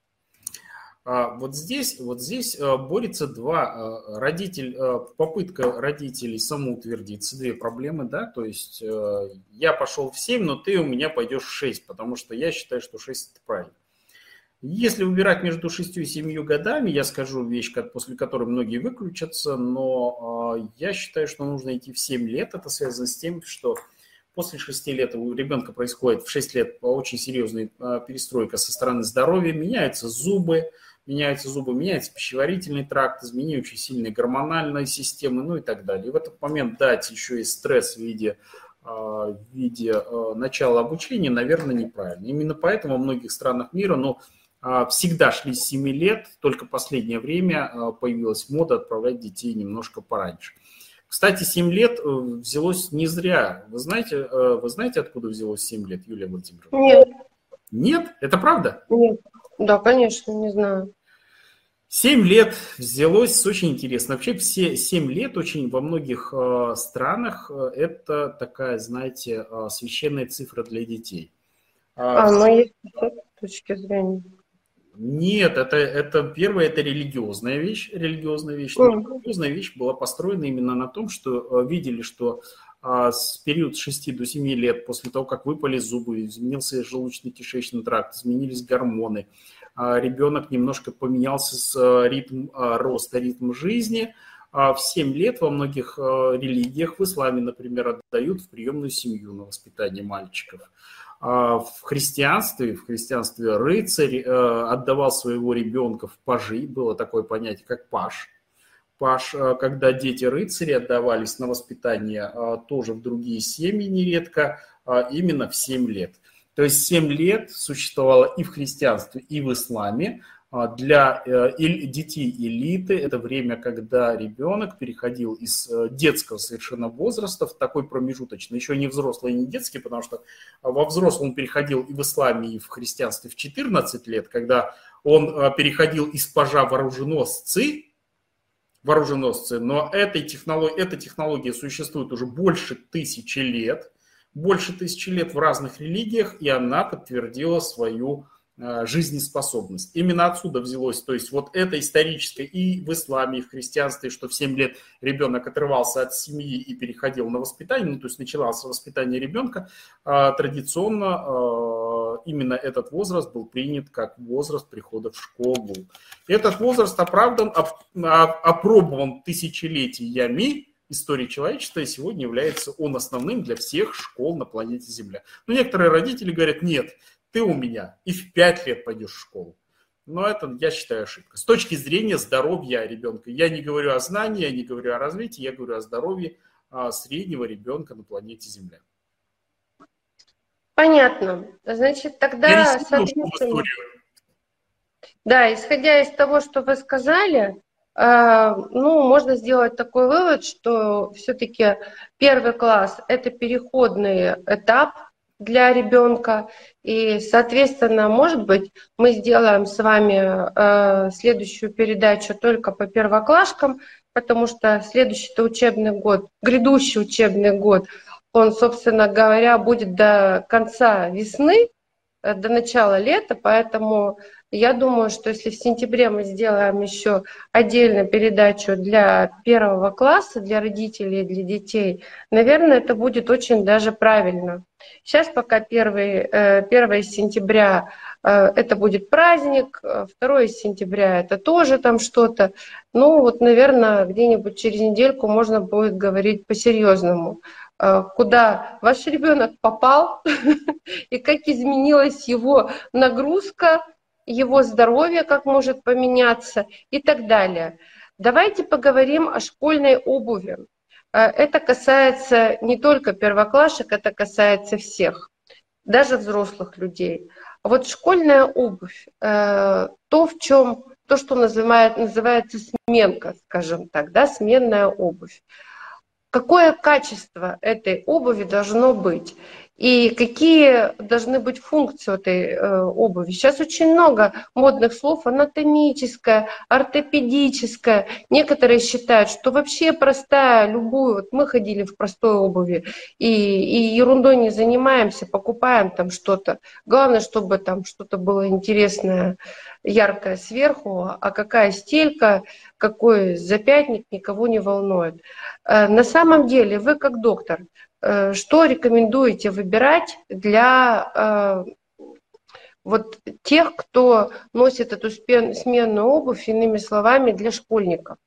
Вот здесь, вот здесь борется два родитель, попытка родителей самоутвердиться, две проблемы, да, то есть я пошел в семь, но ты у меня пойдешь в шесть, потому что я считаю, что шесть это правильно. Если выбирать между шестью и семью годами, я скажу вещь, после которой многие выключатся, но я считаю, что нужно идти в семь лет, это связано с тем, что после шести лет у ребенка происходит в шесть лет очень серьезная перестройка со стороны здоровья, меняются зубы, меняются зубы, меняется пищеварительный тракт, изменения очень сильные гормональные системы, ну и так далее. И в этот момент дать еще и стресс в виде, в виде начала обучения, наверное, неправильно. Именно поэтому во многих странах мира, ну, всегда шли с семи лет, только последнее время появилась мода отправлять детей немножко пораньше. Кстати, семь лет взялось не зря. Вы знаете, вы знаете, откуда взялось семь лет, Юлия Владимировна? Нет. Нет? Это правда? Нет. Да, конечно, не знаю. семь лет взялось очень интересно. Вообще все семь лет очень во многих э, странах это такая, знаете, э, священная цифра для детей. А, ну есть с этой точки зрения. Нет, это, это первое, это религиозная вещь, религиозная вещь. Но религиозная вещь была построена именно на том, что э, видели, что э, с период с шести до семи лет, после того, как выпали зубы, изменился желудочно-кишечный тракт, изменились гормоны, э, ребенок немножко поменялся с э, ритм э, роста, ритм жизни. А в семь лет во многих э, религиях, в исламе, например, отдают в приемную семью на воспитание мальчиков. В христианстве, в христианстве рыцарь отдавал своего ребенка в пажи, было такое понятие, как паж. Паж, когда дети рыцаря отдавались на воспитание тоже в другие семьи нередко, именно в семь лет. То есть семь лет существовало и в христианстве, и в исламе. Для детей элиты это время, когда ребенок переходил из детского совершенно возраста в такой промежуточный, еще не взрослый, не детский, потому что во взрослом он переходил и в исламе, и в христианстве в четырнадцать лет, когда он переходил из пажа в оруженосцы, в оруженосцы, но этой технологии, эта технология существует уже больше тысячи лет, больше тысячи лет в разных религиях, и она подтвердила свою жизнеспособность. Именно отсюда взялось, то есть вот это историческое и в исламе, и в христианстве, что в семь лет ребенок отрывался от семьи и переходил на воспитание, ну то есть началось воспитание ребенка, традиционно именно этот возраст был принят как возраст прихода в школу. Этот возраст оправдан, опробован тысячелетиями истории человечества, и сегодня является он основным для всех школ на планете Земля. Но некоторые родители говорят, нет, ты у меня и в пять лет пойдешь в школу. Но это, я считаю, ошибка. С точки зрения здоровья ребенка. Я не говорю о знании, я не говорю о развитии, я говорю о здоровье среднего ребенка на планете Земля. Понятно. Значит, тогда, соответственно, да, исходя из того, что вы сказали, ну, можно сделать такой вывод, что все-таки первый класс – это переходный этап для ребенка. И, соответственно, может быть, мы сделаем с вами э, следующую передачу только по первоклашкам, потому что следующий учебный год, грядущий учебный год, он, собственно говоря, будет до конца весны, э, до начала лета, поэтому я думаю, что если в сентябре мы сделаем еще отдельную передачу для первого класса, для родителей и для детей, наверное, это будет очень даже правильно. Сейчас пока первое сентября это будет праздник, второе сентября это тоже там что-то. Ну вот, наверное, где-нибудь через недельку можно будет говорить по-серьезному, куда ваш ребенок попал и как изменилась его нагрузка, его здоровье, как может поменяться и так далее. Давайте поговорим о школьной обуви. Это касается не только первоклашек, это касается всех. даже взрослых людей. А вот школьная обувь, э, то, в чем, то, что называют, называется сменка, скажем так, да, сменная обувь. Какое качество этой обуви должно быть? И какие должны быть функции этой э, обуви? Сейчас очень много модных слов: анатомическая, ортопедическая. Некоторые считают, что вообще простая, любую, вот мы ходили в простой обуви и, и ерундой не занимаемся, покупаем там что-то. Главное, чтобы там что-то было интересное, яркое сверху, а какая стелька, какой запятник, никого не волнует. Э, На самом деле, вы как доктор, э, что рекомендуете выбирать для э, вот тех, кто носит эту спен- сменную обувь, иными словами, для школьников?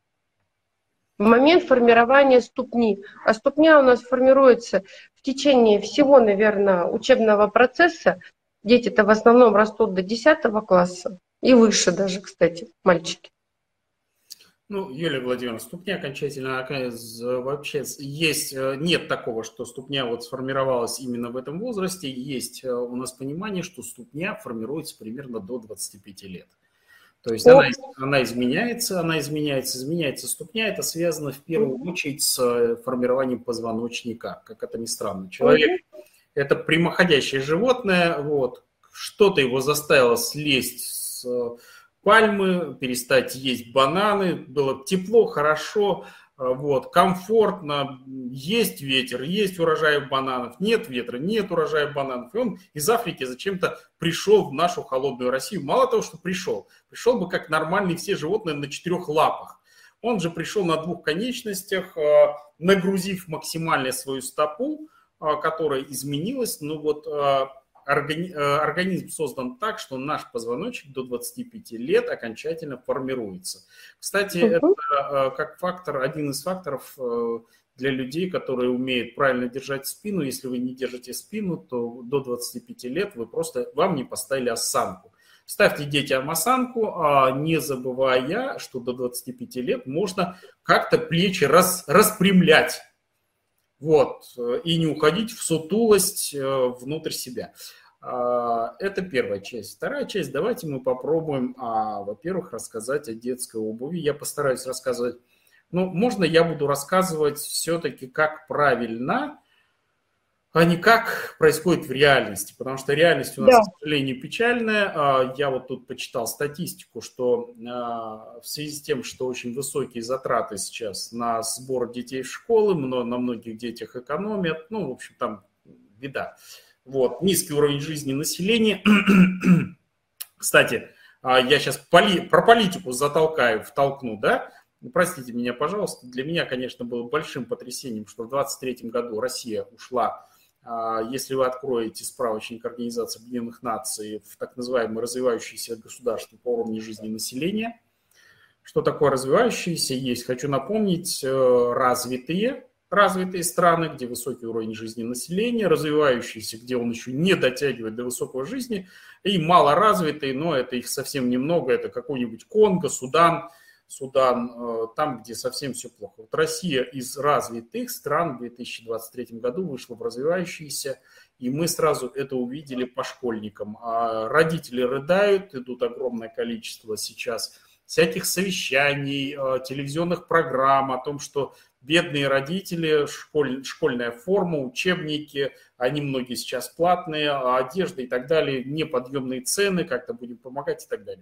В момент формирования ступни. А ступня у нас формируется в течение всего, наверное, учебного процесса. Дети-то в основном растут до десятого класса и выше даже, кстати, мальчики. Ну, Юлия Владимировна, ступня окончательно ока- з- вообще с- есть, э, нет такого, что ступня вот сформировалась именно в этом возрасте. Есть э, у нас понимание, что ступня формируется примерно до двадцати пяти лет. То есть она, О, из- она изменяется, она изменяется, изменяется ступня. Это связано в первую мгм, очередь с э, формированием позвоночника, как это ни странно. Человек мгм, это прямоходящее животное, вот, что-то его заставило слезть с э, пальмы, перестать есть бананы, было тепло, хорошо, э, вот, комфортно, есть ветер, есть урожай бананов, нет ветра, нет урожая бананов. И он из Африки зачем-то пришел в нашу холодную Россию. Мало того, что пришел, пришел бы как нормальные все животные на четырех лапах. Он же пришел на двух конечностях, э, нагрузив максимально свою стопу, которая изменилась, но вот органи- организм создан так, что наш позвоночник до двадцати пяти лет окончательно формируется. Кстати, мгм. это как фактор, один из факторов для людей, которые умеют правильно держать спину. Если вы не держите спину, то до двадцати пяти лет вы просто, вам не поставили осанку. Ставьте детям осанку, не забывая, что до двадцати пяти лет можно как-то плечи рас, распрямлять. Вот, и не уходить в сутулость внутрь себя. Это первая часть. Вторая часть, давайте мы попробуем, во-первых, рассказать о детской обуви. Я постараюсь рассказывать, ну, можно я буду рассказывать все-таки, как правильно, а не как происходит в реальности, потому что реальность у нас, Да. к сожалению, печальная. Я вот тут почитал статистику, что в связи с тем, что очень высокие затраты сейчас на сбор детей в школы, на многих детях экономят, ну, в общем, там беда. Вот, низкий уровень жизни населения. Кстати, я сейчас поли, про политику затолкаю, втолкну, да? Простите меня, пожалуйста. Для меня, конечно, было большим потрясением, что в двадцать третьем году Россия ушла, если вы откроете справочник Организации Объединенных Наций, в так называемые развивающиеся государства по уровню жизни населения. Что такое развивающиеся? Есть, хочу напомнить, развитые, развитые страны, где высокий уровень жизни населения, развивающиеся, где он еще не дотягивает до высокой жизни, и малоразвитые, но это их совсем немного, это какой-нибудь Конго, Судан, Судан, там, где совсем все плохо. Вот Россия из развитых стран в две тысячи двадцать третьем году вышла в развивающиеся, и мы сразу это увидели по школьникам. А родители рыдают, идут огромное количество сейчас всяких совещаний, телевизионных программ о том, что бедные родители, школь, школьная форма, учебники, они многие сейчас платные, одежда и так далее, неподъемные цены, как-то будем помогать и так далее.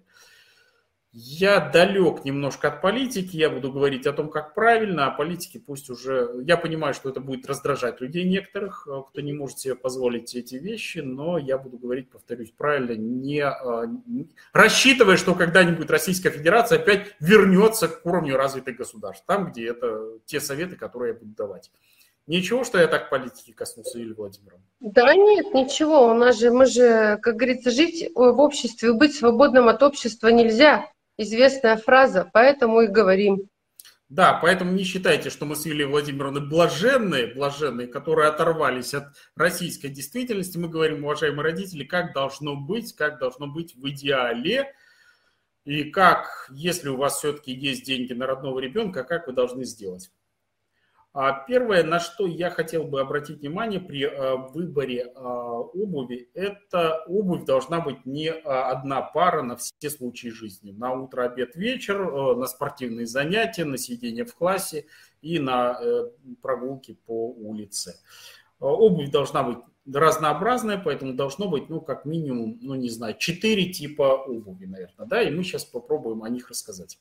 Я далек немножко от политики, я буду говорить о том, как правильно, а политики пусть уже... Я понимаю, что это будет раздражать людей некоторых, кто не может себе позволить эти вещи, но я буду говорить, повторюсь, правильно, не, не рассчитывая, что когда-нибудь Российская Федерация опять вернется к уровню развитых государств, там, где это те советы, которые я буду давать. Ничего, что я так политики коснулся, Юлия Владимировна? Да нет, ничего, у нас же, мы же, как говорится, жить в обществе, быть свободным от общества нельзя. Известная фраза, поэтому и говорим. Да, поэтому не считайте, что мы с Юлией Владимировной блаженные, блаженные, которые оторвались от российской действительности. Мы говорим, уважаемые родители, как должно быть, как должно быть в идеале. И как, если у вас все-таки есть деньги на родного ребенка, как вы должны сделать. Первое, на что я хотел бы обратить внимание при выборе обуви, это обувь должна быть не одна пара на все случаи жизни. На утро, обед, вечер, на спортивные занятия, на сидение в классе и на прогулки по улице. Обувь должна быть разнообразная, поэтому должно быть, ну, как минимум, ну, не знаю, четыре типа обуви, наверное, да, и мы сейчас попробуем о них рассказать.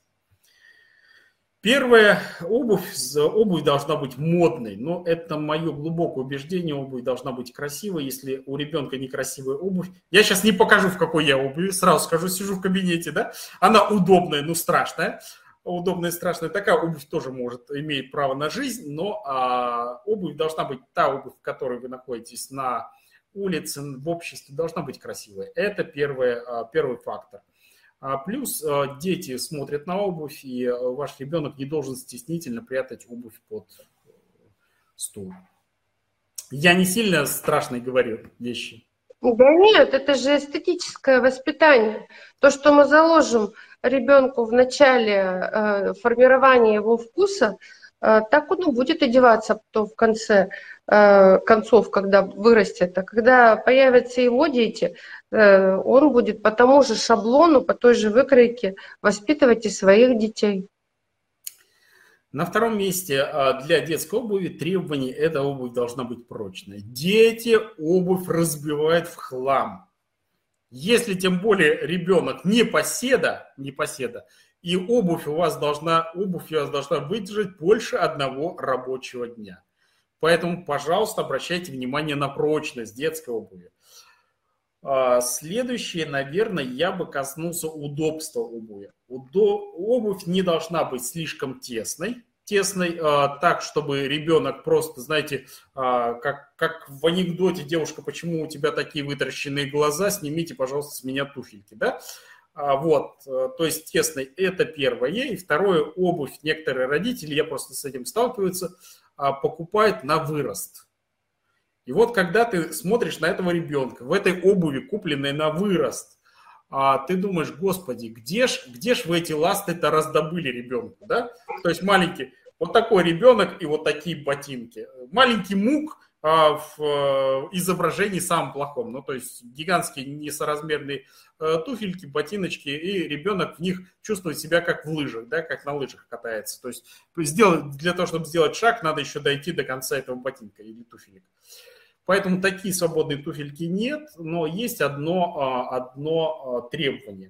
Первая обувь, обувь должна быть модной, но это мое глубокое убеждение, обувь должна быть красивой. Если у ребенка некрасивая обувь, я сейчас не покажу, в какой я обуви, сразу скажу, сижу в кабинете, да, она удобная, но страшная, удобная и страшная, такая обувь тоже может, имеет право на жизнь, но а, обувь должна быть, та обувь, в которой вы находитесь на улице, в обществе, должна быть красивая. Это первый, первый фактор. Плюс дети смотрят на обувь, и ваш ребенок не должен стеснительно прятать обувь под стул. Я не сильно страшно говорю вещи. Да нет, это же эстетическое воспитание. То, что мы заложим ребенку в начале э, формирования его вкуса, э, так он и будет одеваться потом в конце э, концов, когда вырастет. А когда появятся его дети, э, он будет по тому же шаблону, по той же выкройке воспитывать и своих детей. На втором месте для детской обуви требований эта обувь должна быть прочной. Дети обувь разбивают в хлам. Если тем более ребенок не поседа, не поседа, и обувь у вас должна, обувь у вас должна выдержать больше одного рабочего дня. Поэтому, пожалуйста, обращайте внимание на прочность детской обуви. Следующее, наверное, я бы коснулся удобства обуви. Удо... Обувь не должна быть слишком тесной, тесной так, чтобы ребенок просто, знаете, как, как в анекдоте: девушка, почему у тебя такие вытаращенные глаза, снимите, пожалуйста, с меня туфельки, да? Вот, то есть тесной, это первое. И второе, обувь. Некоторые родители, я просто с этим сталкиваются, покупают на вырост. И вот когда ты смотришь на этого ребенка в этой обуви, купленной на вырост, ты думаешь: господи, где ж, где ж вы эти ласты-то раздобыли ребенку, да? То есть маленький, вот такой ребенок и вот такие ботинки. Маленький мук в изображении самом плохом. Ну, то есть гигантские несоразмерные туфельки, ботиночки, и ребенок в них чувствует себя как в лыжах, да, как на лыжах катается. То есть сделать, для того, чтобы сделать шаг, надо еще дойти до конца этого ботинка или туфелек. Поэтому такие свободные туфельки нет, но есть одно, одно требование.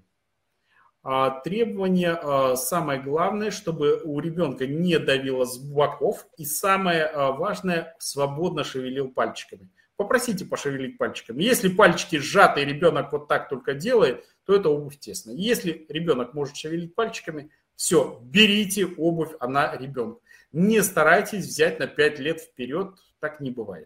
Требование самое главное, чтобы у ребенка не давило с боков, и самое важное, свободно шевелил пальчиками. Попросите пошевелить пальчиками. Если пальчики сжаты, и ребенок вот так только делает, то это обувь тесная. Если ребенок может шевелить пальчиками, все, берите обувь, она ребенок. Не старайтесь взять на пять лет вперед, так не бывает.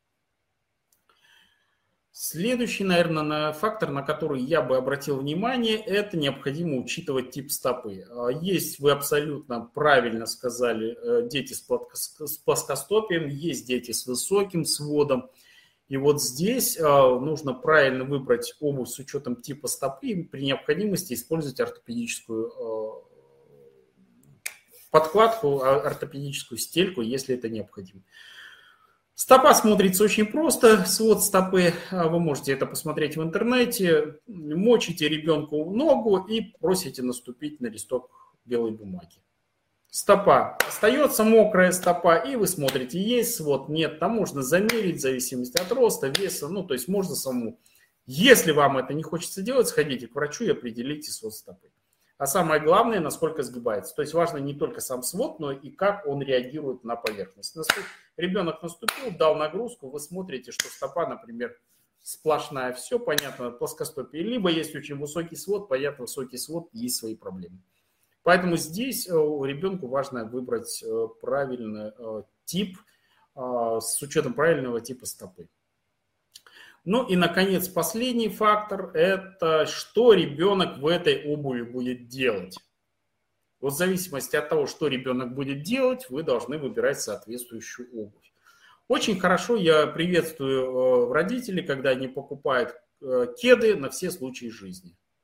Следующий, наверное, фактор, на который я бы обратил внимание, это необходимо учитывать тип стопы. Есть, вы абсолютно правильно сказали, дети с плоскостопием, есть дети с высоким сводом. И вот здесь нужно правильно выбрать обувь с учетом типа стопы и при необходимости использовать ортопедическую подкладку, ортопедическую стельку, если это необходимо. Стопа смотрится очень просто, свод стопы, вы можете это посмотреть в интернете, мочите ребенку ногу и просите наступить на листок белой бумаги. Стопа остается, мокрая стопа, и вы смотрите, есть свод, нет, там можно замерить в зависимости от роста, веса, ну то есть можно самому. Если вам это не хочется делать, сходите к врачу и определите свод стопы. А самое главное, насколько сгибается. То есть важно не только сам свод, но и как он реагирует на поверхность. Ребенок наступил, дал нагрузку, вы смотрите, что стопа, например, сплошная, все понятно, плоскостопие. Либо есть очень высокий свод, понятно, высокий свод, есть свои проблемы. Поэтому здесь ребенку важно выбрать правильный тип с учетом правильного типа стопы. Ну и, наконец, последний фактор – это что ребенок в этой обуви будет делать. Вот в зависимости от того, что ребенок будет делать, вы должны выбирать соответствующую обувь. Очень хорошо я приветствую родителей, когда они покупают кеды на все случаи жизни.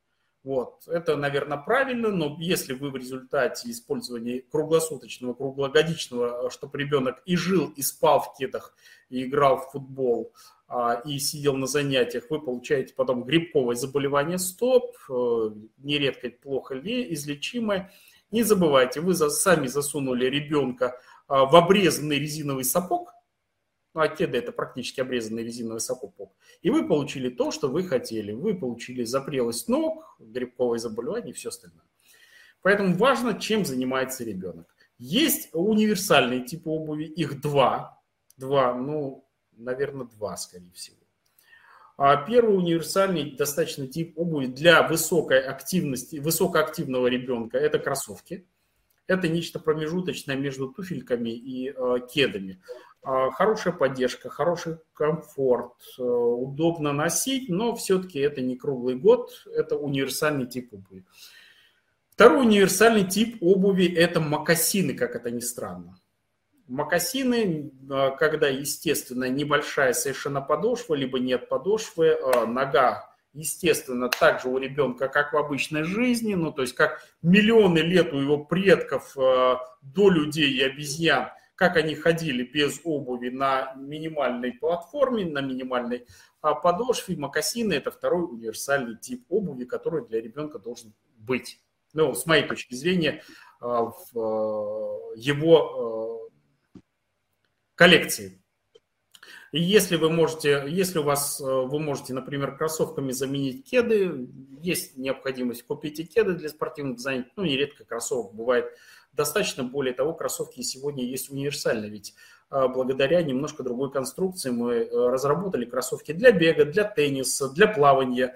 Вот. Это, наверное, правильно, но если вы в результате использования круглосуточного, круглогодичного, чтобы ребенок и жил, и спал в кедах, и играл в футбол, и сидел на занятиях, вы получаете потом грибковое заболевание стоп, нередко плохо излечимое. Не забывайте, вы сами засунули ребенка в обрезанный резиновый сапог, ну, а кеды – это практически обрезанный резиновый сапог. И вы получили то, что вы хотели. Вы получили запрелость ног, грибковое заболевание и все остальное. Поэтому важно, чем занимается ребенок. Есть универсальные типы обуви, их два. Два, ну, наверное, два, скорее всего. А первый универсальный достаточно тип обуви для высокой активности, высокоактивного ребенка – это кроссовки. Это нечто промежуточное между туфельками и э, кедами. Э, хорошая поддержка, хороший комфорт, э, удобно носить, но все-таки это не круглый год, это универсальный тип обуви. Второй универсальный тип обуви – это мокасины, как это ни странно. Мокасины, э, когда, естественно, небольшая совершенно подошва, либо нет подошвы, э, нога, естественно, так же у ребенка, как в обычной жизни, ну, то есть как миллионы лет у его предков э, до людей и обезьян, как они ходили без обуви на минимальной платформе, на минимальной э, подошве. Мокасины – это второй универсальный тип обуви, который для ребенка должен быть. Ну, с моей точки зрения, э, в э, его э, коллекции. И если вы можете, если у вас, вы можете, например, кроссовками заменить кеды, есть необходимость купить и кеды для спортивных занятий, ну, нередко кроссовок бывает достаточно. Более того, кроссовки сегодня есть универсальные, ведь благодаря немножко другой конструкции мы разработали кроссовки для бега, для тенниса, для плавания,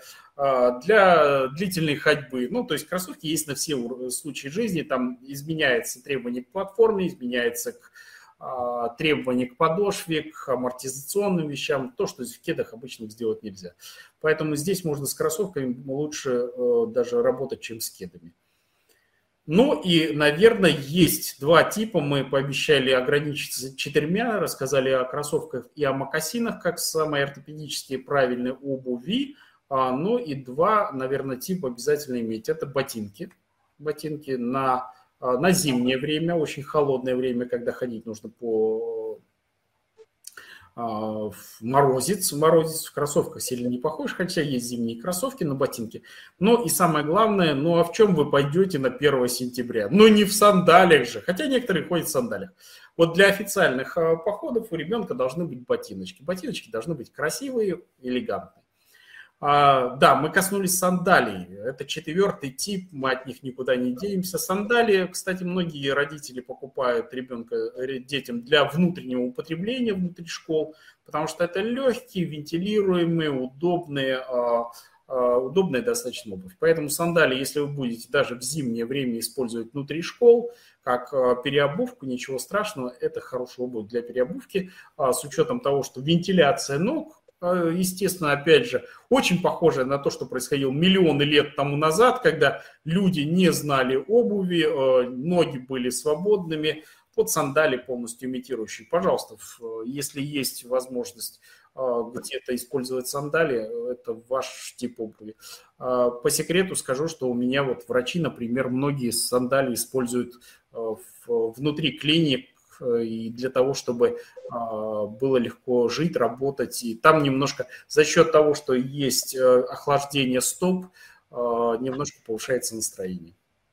для длительной ходьбы. Ну, то есть кроссовки есть на все случаи жизни, там изменяется требование к платформе, изменяется к требования к подошве, к амортизационным вещам, то, что в кедах обычно сделать нельзя. Поэтому здесь можно с кроссовками лучше даже работать, чем с кедами. Ну и, наверное, есть два типа. Мы пообещали ограничиться четырьмя, рассказали о кроссовках и о мокасинах, как самые ортопедические правильные обуви. Ну и два, наверное, типа обязательно иметь. Это ботинки. Ботинки на... На зимнее время, очень холодное время, когда ходить нужно по в морозец. Морозец в кроссовках сильно не похож, хотя есть зимние кроссовки, но ботинки. Ну и самое главное, ну а в чем вы пойдете на первое сентября? Ну не в сандалиях же, хотя некоторые ходят в сандалиях. Вот для официальных походов у ребенка должны быть ботиночки. Ботиночки должны быть красивые, элегантные. А, да, мы коснулись сандалий. Это четвертый тип, мы от них никуда не денемся. Сандалии, кстати, многие родители покупают ребенка, детям для внутреннего употребления внутри школ, потому что это легкие, вентилируемые, удобные, а, а, удобная достаточно обувь. Поэтому сандалии, если вы будете даже в зимнее время использовать внутри школ, как переобувку, ничего страшного, это хорошая обувь для переобувки, а, с учетом того, что вентиляция ног, естественно, опять же, очень похоже на то, что происходило миллионы лет тому назад, когда люди не знали обуви, ноги были свободными. Вот сандали полностью имитирующие. Пожалуйста, если есть возможность где-то использовать сандали, это ваш тип обуви. По секрету скажу, что у меня вот врачи, например, многие сандали используют внутри клиник, и для того, чтобы было легко жить, работать. И там немножко за счет того, что есть охлаждение стоп, немножко повышается настроение.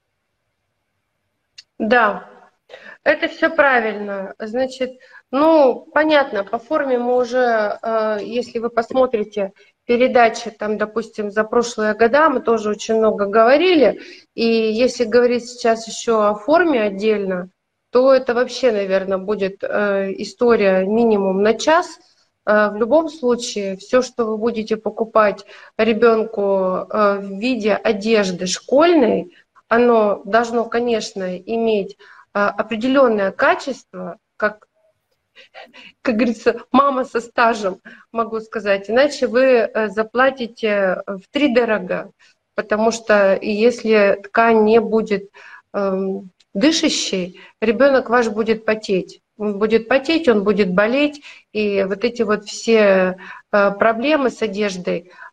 Да, это все правильно. Значит, ну, понятно, по форме мы уже, если вы посмотрите передачи, там, допустим, за прошлые года, мы тоже очень много говорили. И если говорить сейчас еще о форме отдельно, то это вообще, наверное, будет э, история минимум на час. Э, в любом случае, все, что вы будете покупать ребенку э, в виде одежды школьной, оно должно, конечно, иметь э, определенное качество, как, как говорится, мама со стажем, могу сказать. Иначе вы э, заплатите втридорога, потому что если ткань не будет... Э, дышащий, ребенок ваш будет потеть. Он будет потеть, он будет болеть, и вот эти вот все проблемы с одеждой,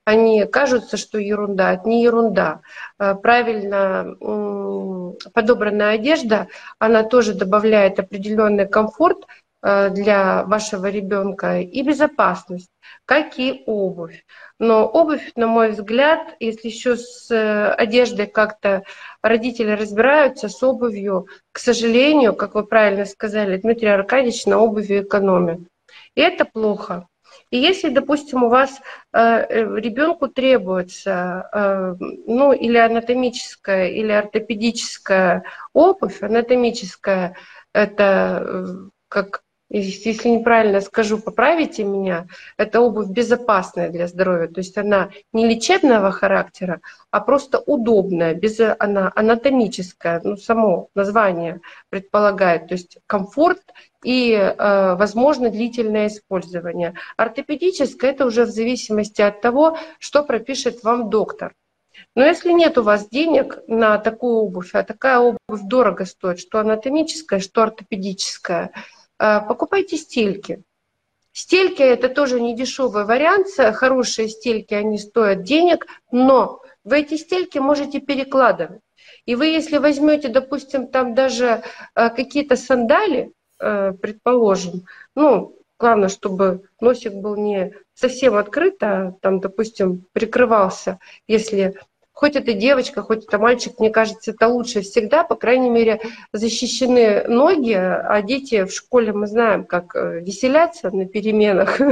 они кажутся, что ерунда, это не ерунда. Правильно подобранная одежда, она тоже добавляет определенный комфорт для вашего ребенка и безопасность, как и обувь. Но обувь, на мой взгляд, если еще с одеждой как-то родители разбираются, с обувью, к сожалению, как вы правильно сказали, Дмитрий Аркадьевич, на обуви экономит. И это плохо. И если, допустим, у вас э, ребенку требуется э, ну, или анатомическая, или ортопедическая обувь, анатомическая, это э, как, если неправильно скажу, поправите меня, это обувь безопасная для здоровья, то есть она не лечебного характера, а просто удобная, без, она анатомическая, ну, само название предполагает, то есть комфорт и, э, возможно, длительное использование. Ортопедическое – это уже в зависимости от того, что пропишет вам доктор. Но если нет у вас денег на такую обувь, а такая обувь дорого стоит, что анатомическая, что ортопедическая, э, покупайте стельки. Стельки – это тоже не дешевый вариант, хорошие стельки, они стоят денег, но вы эти стельки можете перекладывать. И вы, если возьмете, допустим, там даже э, какие-то сандали, предположим, ну, главное, чтобы носик был не совсем открыт, а там, допустим, прикрывался, если хоть это девочка, хоть это мальчик, мне кажется, это лучше всегда, по крайней мере, защищены ноги, а дети в школе, мы знаем, как веселятся на переменах.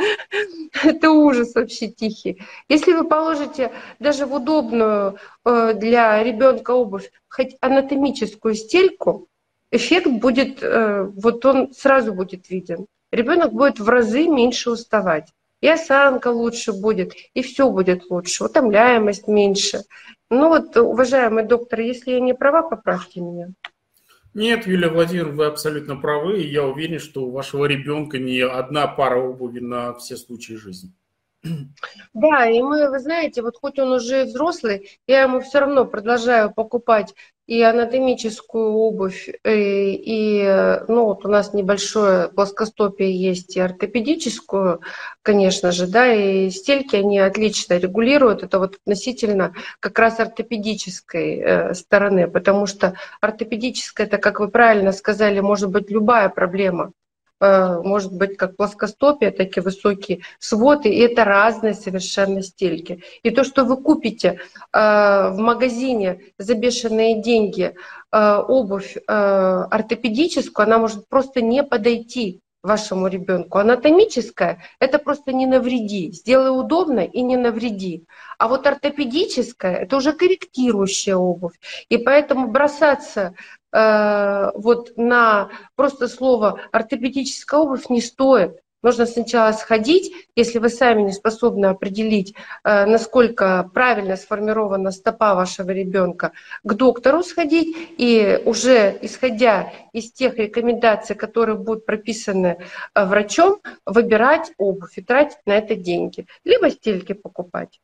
Это ужас вообще тихий. Если вы положите даже в удобную для ребенка обувь хоть анатомическую стельку, эффект будет, вот он сразу будет виден. Ребенок будет в разы меньше уставать. И осанка лучше будет, и все будет лучше, утомляемость меньше. Ну вот, уважаемый доктор, если я не права, поправьте меня. Нет, Юлия Владимировна, вы абсолютно правы. И я уверен, что у вашего ребенка не одна пара обуви на все случаи жизни. Да, и мы, вы знаете, вот хоть он уже взрослый, я ему все равно продолжаю покупать и анатомическую обувь, и, и ну вот у нас небольшое плоскостопие есть, и ортопедическую, конечно же, да, и стельки, они отлично регулируют, это вот относительно как раз ортопедической э, стороны, потому что ортопедическая, это, как вы правильно сказали, может быть любая проблема. Может быть как плоскостопие, так и высокие своды, и это разные совершенно стельки. И то, что вы купите в магазине за бешеные деньги обувь ортопедическую, она может просто не подойти вашему ребенку. Анатомическая – это просто не навреди. Сделай удобно и не навреди. А вот ортопедическая – это уже корректирующая обувь. И поэтому бросаться э, вот на просто слово ортопедическая обувь не стоит. Нужно сначала сходить, если вы сами не способны определить, насколько правильно сформирована стопа вашего ребенка, к доктору сходить и уже исходя из тех рекомендаций, которые будут прописаны врачом, выбирать обувь и тратить на это деньги. Либо стельки покупать.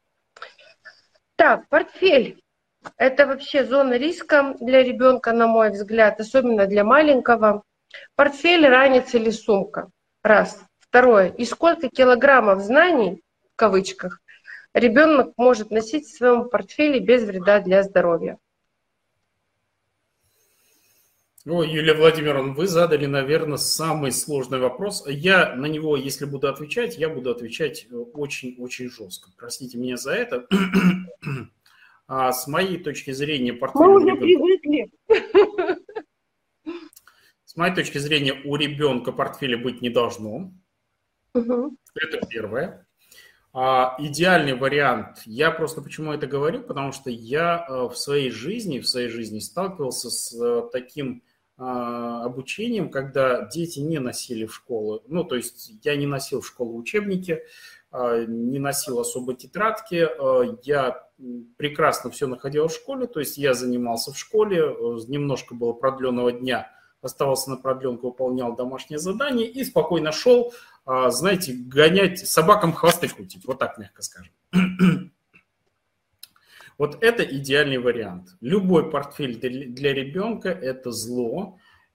Так, портфель. Это вообще зона риска для ребенка, на мой взгляд, особенно для маленького. Портфель, ранец или сумка. Раз. Второе. И сколько килограммов знаний, в кавычках, ребенок может носить в своем портфеле без вреда для здоровья? Ну, Юлия Владимировна, вы задали, наверное, самый сложный вопрос. Я на него, если буду отвечать, я буду отвечать очень-очень жестко. Простите меня за это. А с моей точки зрения, портфель... Мы уже привыкли. С моей точки зрения, у ребенка портфеля быть не должно. Угу. Это первое. А, идеальный вариант. Я просто почему это говорю, потому что я в своей жизни, в своей жизни сталкивался с таким а, обучением, когда дети не носили в школу. Ну, то есть я не носил в школу учебники, а, не носил особо тетрадки. А, я прекрасно все находил в школе, то есть я занимался в школе, немножко было продленного дня, оставался на продленку, выполнял домашнее задание и спокойно шел, знаете, гонять, собакам хвосты крутить, вот так мягко скажем. Вот это идеальный вариант. Любой портфель для ребенка – это зло.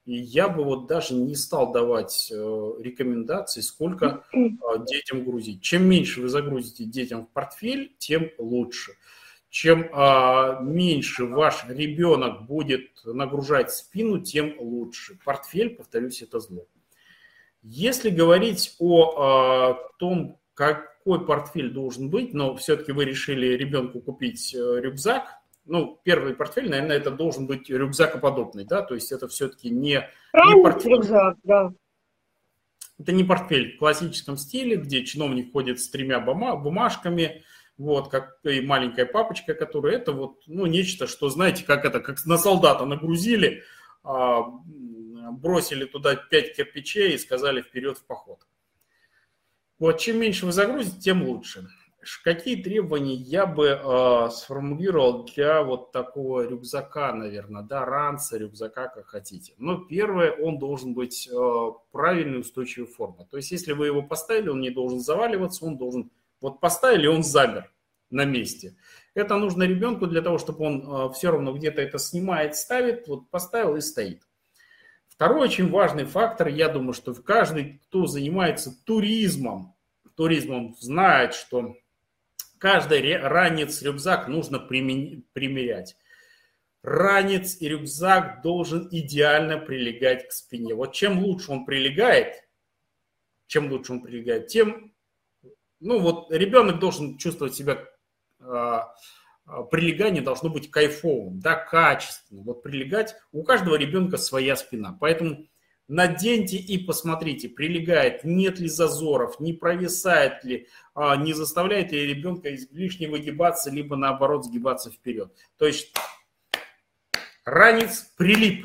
И я бы вот даже не стал давать рекомендаций, сколько детям грузить. Чем меньше вы загрузите детям в портфель, тем лучше. Чем меньше ваш ребенок будет нагружать спину, тем лучше. Портфель, повторюсь, это зло. Если говорить о том, какой портфель должен быть, но все-таки вы решили ребенку купить рюкзак, ну, первый портфель, наверное, это должен быть рюкзакоподобный, да, то есть это все-таки не, не портфель. Рюкзак, да. Это не портфель в классическом стиле, где чиновник ходит с тремя бумажками, вот, как и маленькая папочка, которая, это вот, ну, нечто, что, знаете, как это, как на солдата нагрузили, бросили туда пять кирпичей и сказали вперед в поход. Вот чем меньше вы загрузите, тем лучше. Какие требования я бы э, сформулировал для вот такого рюкзака, наверное, да, ранца, рюкзака, как хотите. Но первое, он должен быть э, правильной, устойчивой формы. То есть, если вы его поставили, он не должен заваливаться, он должен, вот поставили, он замер на месте. Это нужно ребенку для того, чтобы он э, все равно где-то это снимает, ставит, вот поставил и стоит. Второй очень важный фактор, я думаю, что каждый, кто занимается туризмом, туризмом знает, что каждый ранец, рюкзак нужно примерять. Ранец и рюкзак должен идеально прилегать к спине. Вот чем лучше он прилегает, чем лучше он прилегает, тем, ну вот ребенок должен чувствовать себя, прилегание должно быть кайфовым, да, качественным. Вот прилегать, у каждого ребенка своя спина, поэтому наденьте и посмотрите, прилегает, нет ли зазоров, не провисает ли, не заставляет ли ребенка излишне выгибаться, либо наоборот сгибаться вперед. То есть ранец прилип.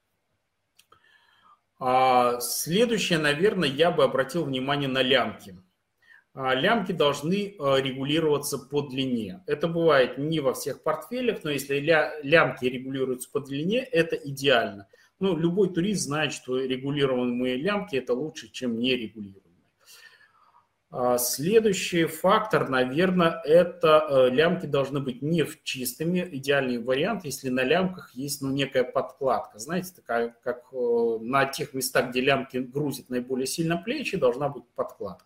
Следующее, наверное, я бы обратил внимание на лямки. Лямки должны регулироваться по длине. Это бывает не во всех портфелях, но если лямки регулируются по длине, это идеально. Ну, любой турист знает, что регулируемые лямки это лучше, чем нерегулируемые. Следующий фактор, наверное, это лямки должны быть не в чистыми. Идеальный вариант, если на лямках есть, ну, некая подкладка. Знаете, такая, как на тех местах, где лямки грузят наиболее сильно плечи, должна быть подкладка.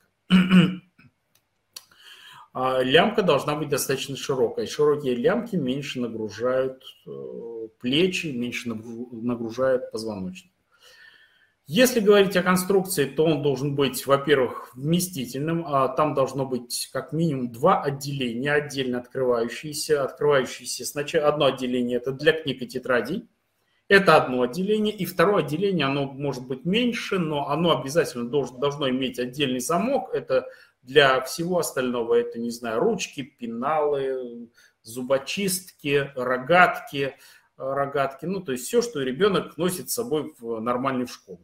Лямка должна быть достаточно широкой. Широкие лямки меньше нагружают плечи, меньше нагружают позвоночник. Если говорить о конструкции, то он должен быть, во-первых, вместительным. Там должно быть как минимум два отделения, отдельно открывающиеся. Открывающиеся сначала одно отделение это для книг и тетрадей. Это одно отделение. И второе отделение, оно может быть меньше, но оно обязательно должно, должно иметь отдельный замок. Это для всего остального, это, не знаю, ручки, пеналы, зубочистки, рогатки, рогатки. Ну, то есть все, что ребенок носит с собой в нормальную школу.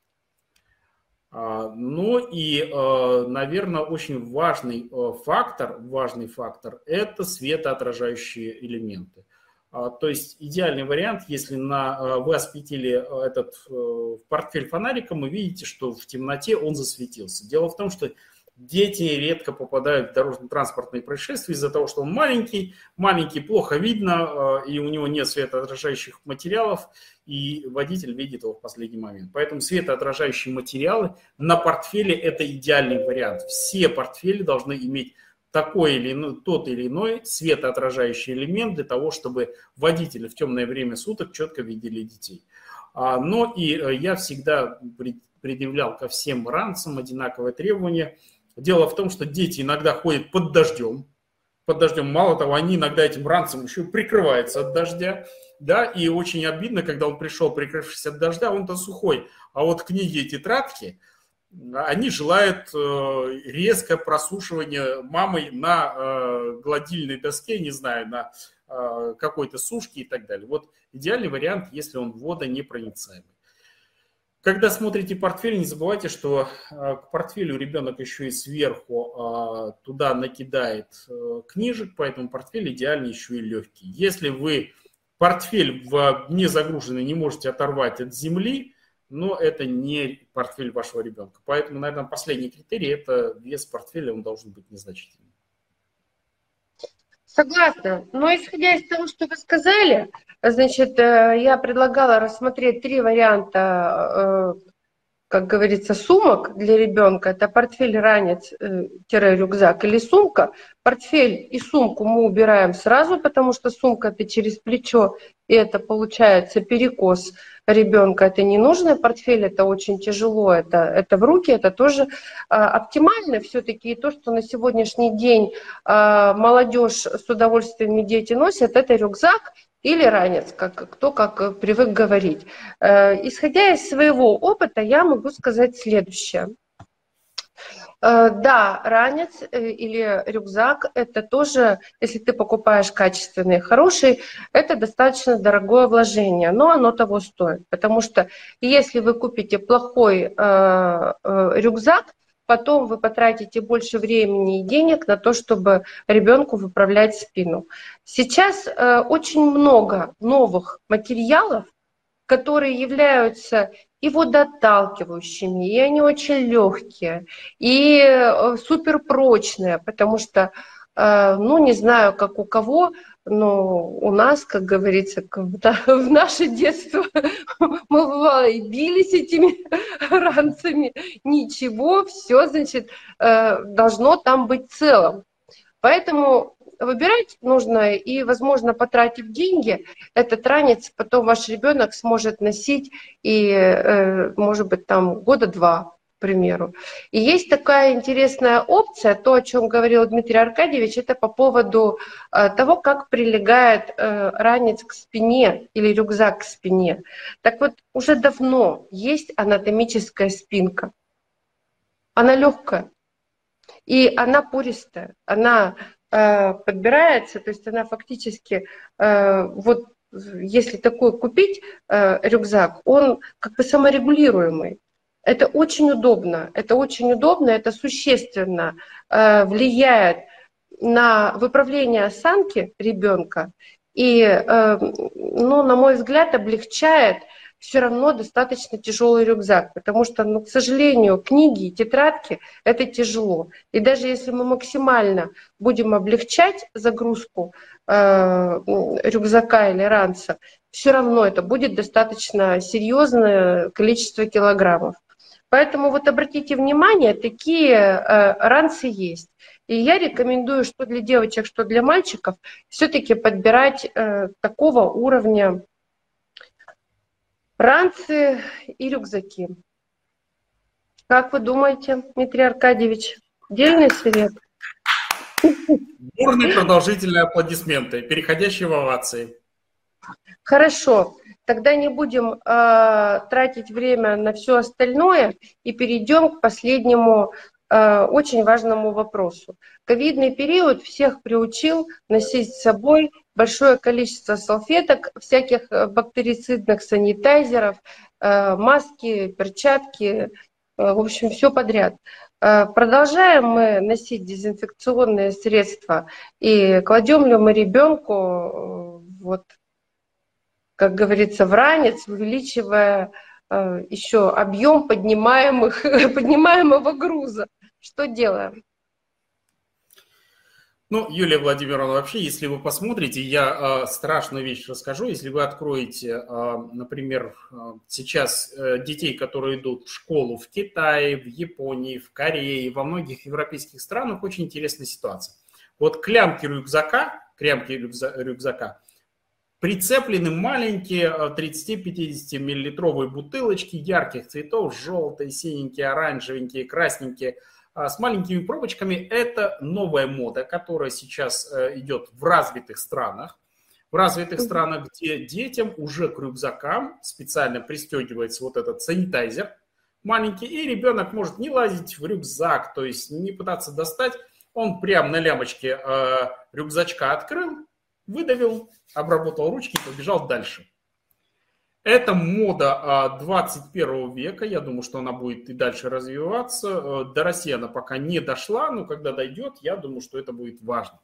Ну и, наверное, очень важный фактор, важный фактор – это светоотражающие элементы. То есть идеальный вариант, если на, вы осветили этот портфель фонариком, вы видите, что в темноте он засветился. Дело в том, что дети редко попадают в дорожно-транспортные происшествия из-за того, что он маленький, маленький, плохо видно, и у него нет светоотражающих материалов, и водитель видит его в последний момент. Поэтому светоотражающие материалы на портфеле – это идеальный вариант. Все портфели должны иметь такой или иной, тот или иной светоотражающий элемент для того, чтобы водители в темное время суток четко видели детей. Но и я всегда предъявлял ко всем ранцам одинаковые требования. Дело в том, что дети иногда ходят под дождем. Под дождем. Мало того, они иногда этим ранцем еще прикрываются от дождя. Да, и очень обидно, когда он пришел, прикрывшись от дождя, он-то сухой. А вот книги и тетрадки, они желают резкое просушивания мамой на гладильной доске, не знаю, на какой-то сушке и так далее. Вот идеальный вариант, если он водонепроницаемый. Когда смотрите портфель, не забывайте, что к портфелю ребенок еще и сверху туда накидает книжек, поэтому портфель идеально еще и легкий. Если вы портфель в не загруженный не можете оторвать от земли, но это не портфель вашего ребенка. Поэтому, наверное, последний критерий – это вес портфеля, он должен быть незначительным. Согласна. Но исходя из того, что вы сказали, значит, э, я предлагала рассмотреть три варианта, э, как говорится, сумок для ребенка. Это портфель, ранец, э, рюкзак или сумка. Портфель и сумку мы убираем сразу, потому что сумка это через плечо, и это получается перекос ребенка. Это не нужно. Портфель это очень тяжело, это, это в руки, это тоже а, оптимально все-таки. И то, что на сегодняшний день а, молодежь с удовольствием дети носят, это рюкзак или ранец, как, кто как привык говорить. Исходя из своего опыта, я могу сказать следующее. Да, ранец или рюкзак – это тоже, если ты покупаешь качественный, хороший, это достаточно дорогое вложение, но оно того стоит. Потому что если вы купите плохой э, э, рюкзак, потом вы потратите больше времени и денег на то, чтобы ребенку выправлять спину. Сейчас э, очень много новых материалов, которые являются и водоотталкивающими, и они очень легкие, и суперпрочные, потому что, ну, не знаю, как у кого, но у нас, как говорится, в наше детство мы, бывало, и бились этими ранцами, ничего, все, значит, должно там быть целым. Поэтому выбирать нужно, и, возможно, потратив деньги, этот ранец потом ваш ребенок сможет носить и, может быть, там года два, к примеру. И есть такая интересная опция, то, о чем говорил Дмитрий Аркадьевич, это по поводу того, как прилегает ранец к спине или рюкзак к спине. Так вот, уже давно есть анатомическая спинка. Она легкая. И она пористая, она э, подбирается, то есть она фактически, э, вот если такой купить э, рюкзак, он как бы саморегулируемый. Это очень удобно, это очень удобно, это существенно э, влияет на выправление осанки ребенка и, э, ну, на мой взгляд, облегчает все равно достаточно тяжелый рюкзак, потому что, ну, к сожалению, книги и тетрадки – это тяжело. И даже если мы максимально будем облегчать загрузку э, рюкзака или ранца, все равно это будет достаточно серьезное количество килограммов. Поэтому вот обратите внимание, такие э, ранцы есть. И я рекомендую, что для девочек, что для мальчиков, все-таки подбирать э, такого уровня ранцы и рюкзаки. Как вы думаете, Дмитрий Аркадьевич? Дельный совет? Бурные продолжительные аплодисменты, переходящие в овации. Хорошо. Тогда не будем э, тратить время на все остальное и перейдем к последнему э, очень важному вопросу. Ковидный период всех приучил носить с собой большое количество салфеток, всяких бактерицидных санитайзеров, э, маски, перчатки, э, в общем, все подряд. Э, продолжаем мы носить дезинфекционные средства и кладем ли мы ребенку э, вот, как говорится, в ранец, увеличивая э, еще объем поднимаемых, поднимаемого груза. Что делаем? Ну, Юлия Владимировна, вообще, если вы посмотрите, я э, страшную вещь расскажу. Если вы откроете, э, например, э, сейчас э, детей, которые идут в школу в Китае, в Японии, в Корее, во многих европейских странах, очень интересная ситуация. Вот к лямке рюкзака, к лямке рюкзака прицеплены маленькие тридцати-пятидесятимиллилитровые бутылочки ярких цветов, желтые, синенькие, оранжевенькие, красненькие, с маленькими пробочками. Это новая мода, которая сейчас идет в развитых странах. В развитых странах, где детям уже к рюкзакам специально пристегивается вот этот санитайзер маленький, и ребенок может не лазить в рюкзак, то есть не пытаться достать. Он прямо на лямочке рюкзачка открыл, выдавил, обработал ручки и побежал дальше. Это мода двадцать первого века. Я думаю, что она будет и дальше развиваться. До России она пока не дошла, но когда дойдет, я думаю, что это будет важно.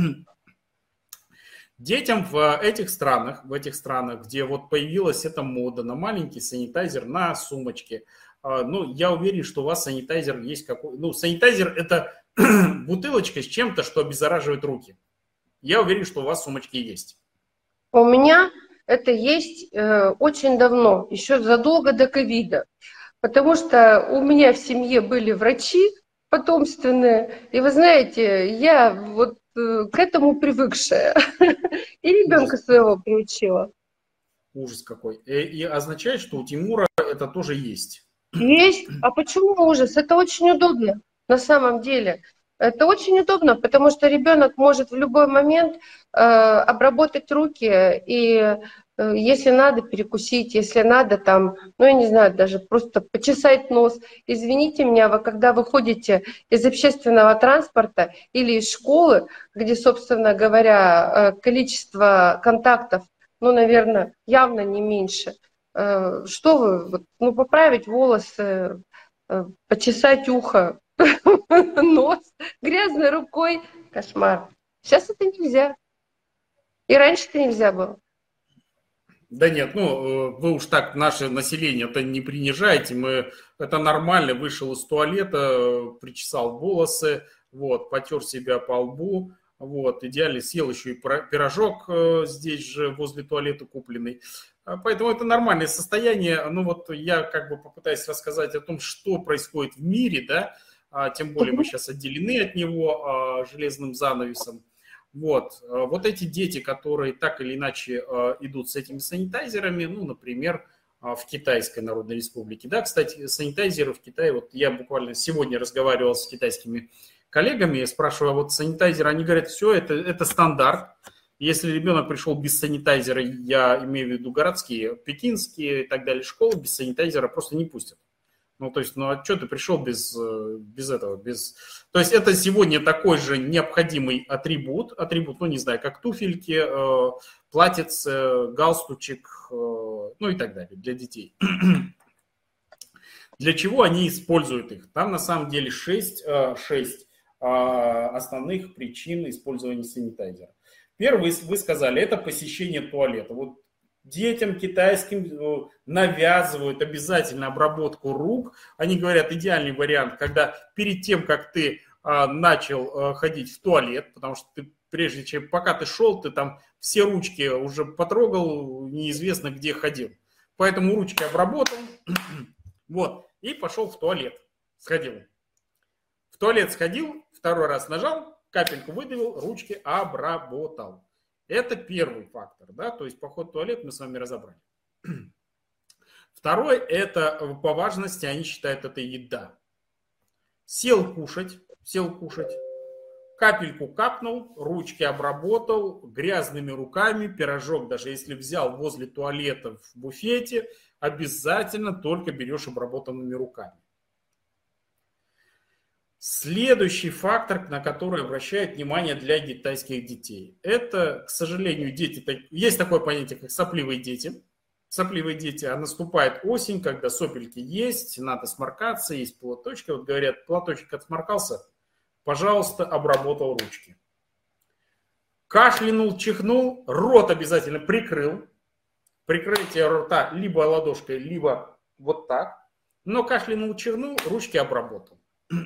Детям в этих странах, в этих странах, где вот появилась эта мода на маленький санитайзер на сумочке, ну, я уверен, что у вас санитайзер есть какой. Ну, санитайзер – это бутылочка с чем-то, что обеззараживает руки. Я уверен, что у вас сумочки есть. У меня это есть э, очень давно, еще задолго до ковида, потому что у меня в семье были врачи потомственные, и вы знаете, я вот э, к этому привыкшая, и ребенка Ужас. своего приучила. Ужас какой. И, и означает, что у Тимура это тоже есть. Есть. А почему ужас? Это очень удобно на самом деле. Это очень удобно, потому что ребенок может в любой момент э, обработать руки и, э, если надо, перекусить, если надо, там, ну я не знаю, даже просто почесать нос. Извините меня, вы когда выходите из общественного транспорта или из школы, где, собственно говоря, э, количество контактов, ну, наверное, явно не меньше. Э, Что вы, вот, ну, поправить волосы, э, почесать ухо, нос грязной рукой, кошмар. Сейчас это нельзя. И раньше это нельзя было. Да нет, ну, вы уж так наше население-то не принижаете. Мы, это нормально, вышел из туалета, причесал волосы, вот, потер себя по лбу, вот, идеально съел еще и пирожок здесь же возле туалета купленный. Поэтому это нормальное состояние. Ну вот я как бы попытаюсь рассказать о том, что происходит в мире, да, тем более мы сейчас отделены от него железным занавесом. Вот. вот эти дети, которые так или иначе идут с этими санитайзерами, ну, например, в Китайской Народной Республике. Да, кстати, санитайзеры в Китае, вот я буквально сегодня разговаривал с китайскими коллегами, спрашиваю, а вот санитайзеры, они говорят, все, это, это стандарт. Если ребенок пришел без санитайзера, я имею в виду городские, пекинские и так далее, школы без санитайзера просто не пустят. Ну, то есть, ну, а что ты пришел без, без этого, без... То есть, это сегодня такой же необходимый атрибут, атрибут, ну, не знаю, как туфельки, э, платьице, галстучек, э, ну, и так далее, для детей. Для чего они используют их? Там, на самом деле, шесть, шесть основных причин использования санитайзера. Первый, вы сказали, это посещение туалета. Вот детям китайским навязывают обязательно обработку рук. Они говорят, идеальный вариант, когда перед тем, как ты начал ходить в туалет, потому что ты, прежде чем, пока ты шел, ты там все ручки уже потрогал, неизвестно где ходил. Поэтому ручки обработал, вот, и пошел в туалет, сходил. В туалет сходил, второй раз нажал, капельку выдавил, ручки обработал. Это первый фактор, да, то есть поход в туалет мы с вами разобрали. Второй, это по важности, они считают, это еда. Сел кушать, сел кушать, капельку капнул, ручки обработал, грязными руками, пирожок, даже если взял возле туалета в буфете, обязательно только берешь обработанными руками. Следующий фактор, на который обращают внимание для китайских детей, это, к сожалению, дети, есть такое понятие, как сопливые дети. Сопливые дети, а наступает осень, когда сопельки есть, надо сморкаться, есть платочки. Вот говорят, платочек отсморкался, пожалуйста, обработал ручки. Кашлянул, чихнул, рот обязательно прикрыл. Прикрытие рта либо ладошкой, либо вот так. Но кашлянул, чихнул, ручки обработал.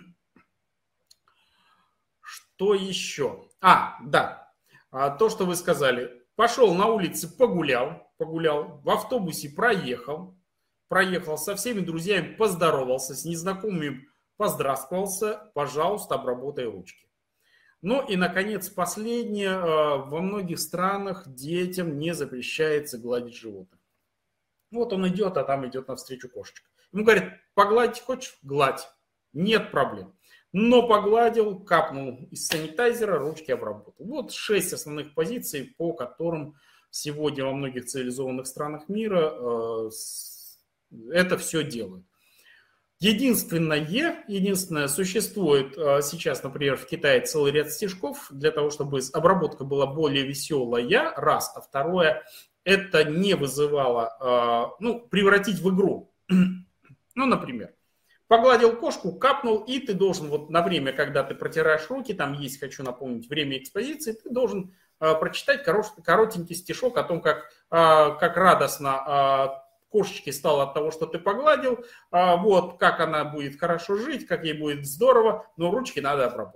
Что еще? А, да, то, что вы сказали. Пошел на улице, погулял, погулял, в автобусе проехал, проехал со всеми друзьями, поздоровался, с незнакомыми поздравствовался, пожалуйста, обработай ручки. Ну и, наконец, последнее. Во многих странах детям не запрещается гладить животных. Вот он идет, а там идет навстречу кошечка. Ему говорят, погладить хочешь? Гладь. Нет проблем. Но погладил, капнул из санитайзера, ручки обработал. Вот шесть основных позиций, по которым сегодня во многих цивилизованных странах мира э, это все делают. Единственное, единственное, существует э, сейчас, например, в Китае целый ряд стежков для того, чтобы обработка была более веселая, раз. А второе, это не вызывало, э, ну, превратить в игру. Ну, например. Погладил кошку, капнул, и ты должен вот на время, когда ты протираешь руки, там есть, хочу напомнить, время экспозиции, ты должен э, прочитать коротенький стишок о том, как, э, как радостно э, кошечке стало от того, что ты погладил, э, вот, как она будет хорошо жить, как ей будет здорово, но ручки надо обработать.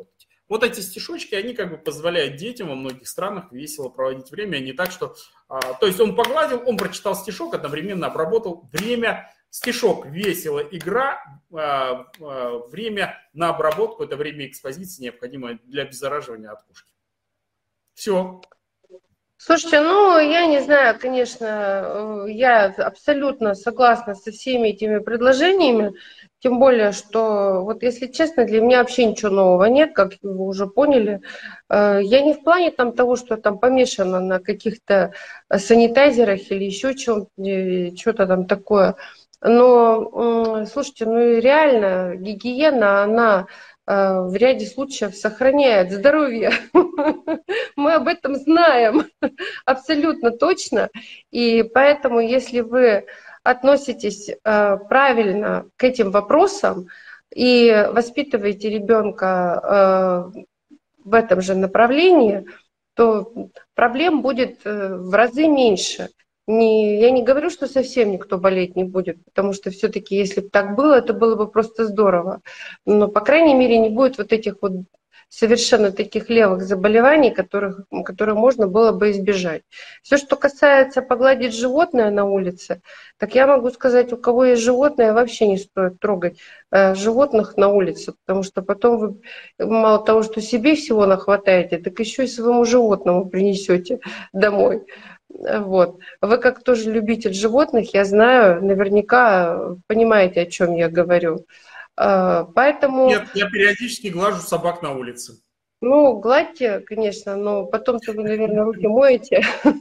Вот эти стишочки, они как бы позволяют детям во многих странах весело проводить время, а не так, что... То есть он погладил, он прочитал стишок, одновременно обработал время, стишок, весело, игра, время на обработку, это время экспозиции, необходимое для обеззараживания от кушки. Все. Слушайте, ну, я не знаю, конечно, я абсолютно согласна со всеми этими предложениями, тем более, что, вот если честно, для меня вообще ничего нового нет, как вы уже поняли. Я не в плане там того, что там помешано на каких-то санитайзерах или еще чем-то, что-то там такое. Но, слушайте, ну и реально гигиена, она в ряде случаев сохраняет здоровье. Мы об этом знаем абсолютно точно. И поэтому, если вы относитесь правильно к этим вопросам и воспитываете ребенка в этом же направлении, то проблем будет в разы меньше. Не, я не говорю, что совсем никто болеть не будет, потому что все-таки, если бы так было, это было бы просто здорово. Но, по крайней мере, не будет вот этих вот совершенно таких левых заболеваний, которых, которые можно было бы избежать. Все, что касается погладить животное на улице, так я могу сказать, у кого есть животное, вообще не стоит трогать э, животных на улице, потому что потом вы мало того, что себе всего нахватаете, так еще и своему животному принесете домой. Вот. Вы как тоже любитель животных, я знаю, наверняка понимаете, о чем я говорю. Поэтому... Нет, я периодически глажу собак на улице. Ну, гладьте, конечно, но потом-то вы, наверное, руки моете.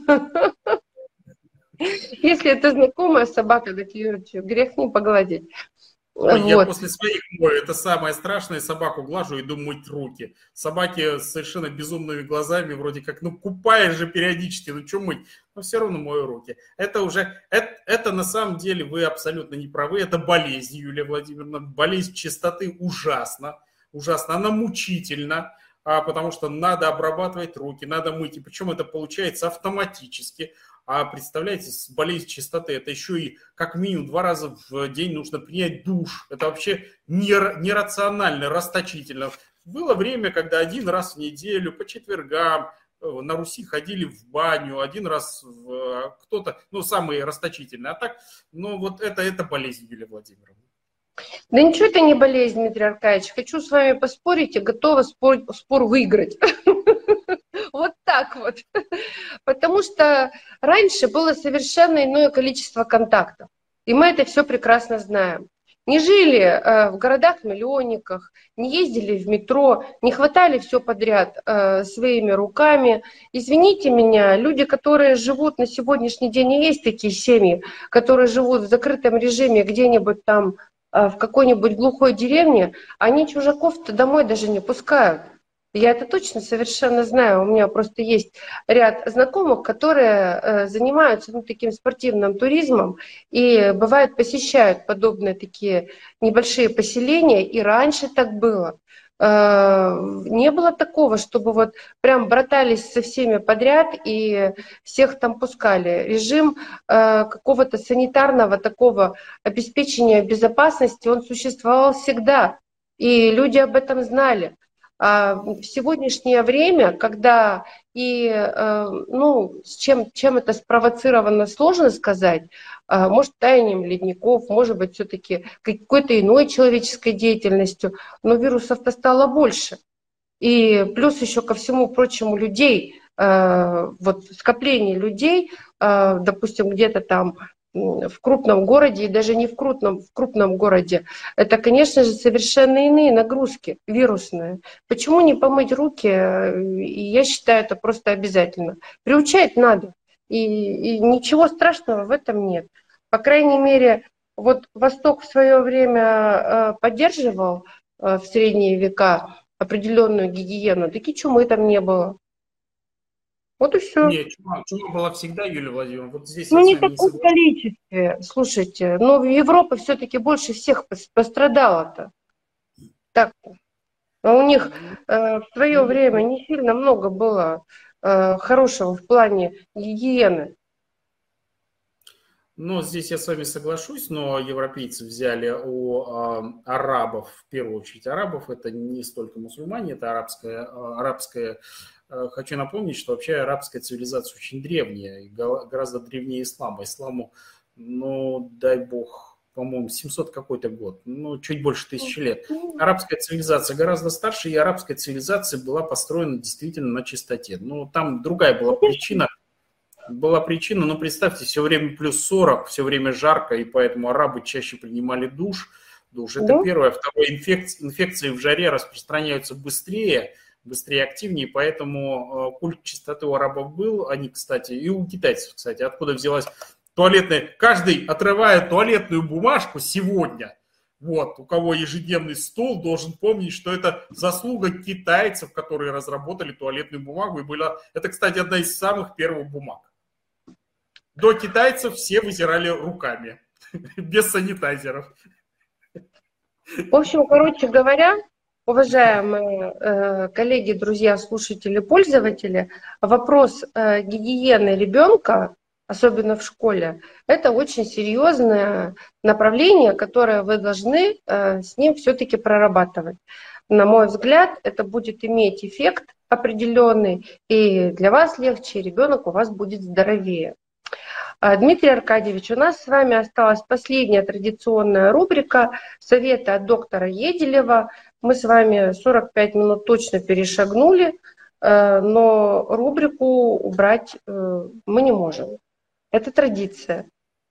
Если это знакомая собака, так ее грех не погладить. Ой, Вот. я после своих мою, это самое страшное, собаку глажу, иду мыть руки. Собаки с совершенно безумными глазами, вроде как, ну купаешь же периодически, ну что мыть? Но все равно мою руки. Это уже, это, это на самом деле вы абсолютно не правы, это болезнь, Юлия Владимировна. Болезнь чистоты ужасна, ужасно, она мучительна, а, потому что надо обрабатывать руки, надо мыть, и причем это получается автоматически. А представляете, болезнь чистоты, это еще и как минимум два раза в день нужно принять душ. Это вообще нерационально, расточительно. Было время, когда один раз в неделю, по четвергам, на Руси ходили в баню, один раз в, кто-то, ну, самые расточительные. А так, ну, вот это, это болезнь, Юлия Владимировна. Да ничего, это не болезнь, Дмитрий Аркадьевич. Хочу с вами поспорить и готова спор, спор выиграть. Вот так вот. Потому что раньше было совершенно иное количество контактов. И мы это все прекрасно знаем. Не жили э, в городах-миллионниках, не ездили в метро, не хватали все подряд э, своими руками. Извините меня, люди, которые живут на сегодняшний день, и есть такие семьи, которые живут в закрытом режиме где-нибудь там э, в какой-нибудь глухой деревне, они чужаков-то домой даже не пускают. Я это точно совершенно знаю. У меня просто есть ряд знакомых, которые э, занимаются ну, таким спортивным туризмом и бывает посещают подобные такие небольшие поселения. И раньше так было. Э, не было такого, чтобы вот прям братались со всеми подряд и всех там пускали. Режим э, какого-то санитарного такого обеспечения безопасности, он существовал всегда. И люди об этом знали. В сегодняшнее время, когда и, ну, с чем, чем это спровоцировано, сложно сказать, может, таянием ледников, может быть, все-таки какой-то иной человеческой деятельностью, но вирусов-то стало больше. И плюс еще ко всему прочему людей, вот скопление людей, допустим, где-то там в крупном городе и даже не в крупном, в крупном городе, это, конечно же, совершенно иные нагрузки вирусные. Почему не помыть руки? И я считаю, это просто обязательно. Приучать надо. И, и ничего страшного в этом нет. По крайней мере, вот Восток в свое время поддерживал в средние века определенную гигиену, таки чумы там не было. Вот и все. Нет, чума, чума была всегда, Юлия Владимировна. Вот здесь Ну, я с не в вами не таком согласен. количестве, слушайте. Но Европа все-таки больше всех пострадала-то. Так-то. А у них э, в свое время не сильно много было э, хорошего в плане гигиены. Но здесь я с вами соглашусь, но европейцы взяли у э, арабов, в первую очередь арабов, это не столько мусульмане, это арабская, э, арабская. Э, хочу напомнить, что вообще арабская цивилизация очень древняя, и гораздо древнее ислама. Исламу, ну, дай бог, по-моему, семьсот какой-то год, ну, чуть больше тысячи лет. Арабская цивилизация гораздо старше, и арабская цивилизация была построена действительно на чистоте. Ну, там другая была причина. Была причина, но представьте, все время плюс сорок, все время жарко, и поэтому арабы чаще принимали душ. Душ это Да? первое. Второе, инфекции, инфекции в жаре распространяются быстрее, быстрее, активнее, поэтому культ чистоты у арабов был. Они, кстати, и у китайцев, кстати, откуда взялась туалетная. Каждый отрывает туалетную бумажку сегодня. Вот, у кого ежедневный стол, должен помнить, что это заслуга китайцев, которые разработали туалетную бумагу. И была, это, кстати, одна из самых первых бумаг. До китайцев все вытирали руками, без санитайзеров. В общем, короче говоря, уважаемые э, коллеги, друзья, слушатели, пользователи, вопрос э, гигиены ребенка, особенно в школе, это очень серьезное направление, которое вы должны э, с ним все-таки прорабатывать. На мой взгляд, это будет иметь эффект определенный, и для вас легче, и ребенок у вас будет здоровее. Дмитрий Аркадьевич, у нас с вами осталась последняя традиционная рубрика «Советы от доктора Еделева». Мы с вами сорок пять минут точно перешагнули, но рубрику убрать мы не можем. Это традиция.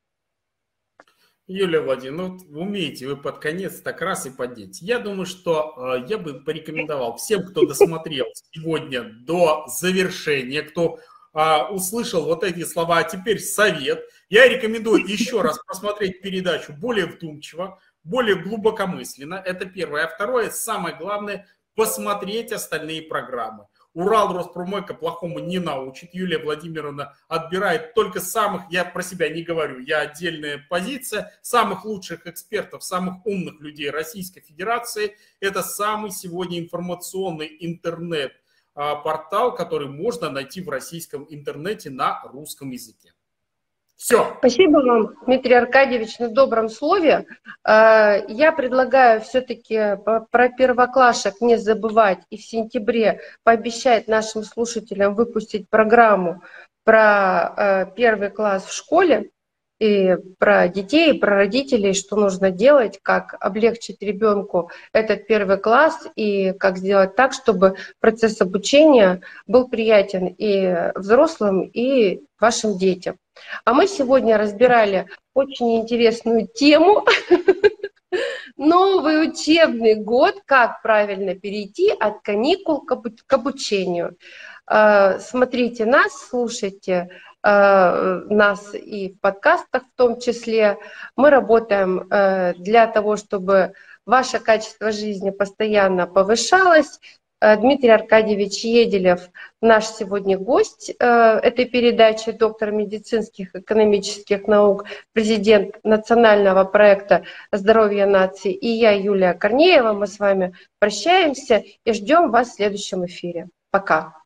Юлия Владимировна, ну, умеете вы под конец так раз и подеть. Я думаю, что э, я бы порекомендовал всем, кто досмотрел сегодня до завершения, кто э, услышал вот эти слова, а теперь совет, я рекомендую еще раз просмотреть передачу более вдумчиво, более глубокомысленно. Это первое. А второе, самое главное, посмотреть остальные программы. Урал Роспромойка плохому не научит. Юлия Владимировна отбирает только самых, я про себя не говорю, я отдельная позиция, самых лучших экспертов, самых умных людей Российской Федерации. Это самый сегодня информационный интернет-портал, который можно найти в российском интернете на русском языке. Все. Спасибо вам, Дмитрий Аркадьевич, на добром слове. Я предлагаю все-таки про первоклашек не забывать и в сентябре пообещать нашим слушателям выпустить программу про первый класс в школе, и про детей, и про родителей, что нужно делать, как облегчить ребенку этот первый класс и как сделать так, чтобы процесс обучения был приятен и взрослым, и вашим детям. А мы сегодня разбирали очень интересную тему. Новый учебный год, как правильно перейти от каникул к обучению. Смотрите нас, слушайте нас и в подкастах в том числе. Мы работаем для того, чтобы ваше качество жизни постоянно повышалось. Дмитрий Аркадьевич Еделев, наш сегодня гость этой передачи, доктор медицинских и экономических наук, президент национального проекта «Здоровье нации». И я, Юлия Корнеева, мы с вами прощаемся и ждем вас в следующем эфире. Пока.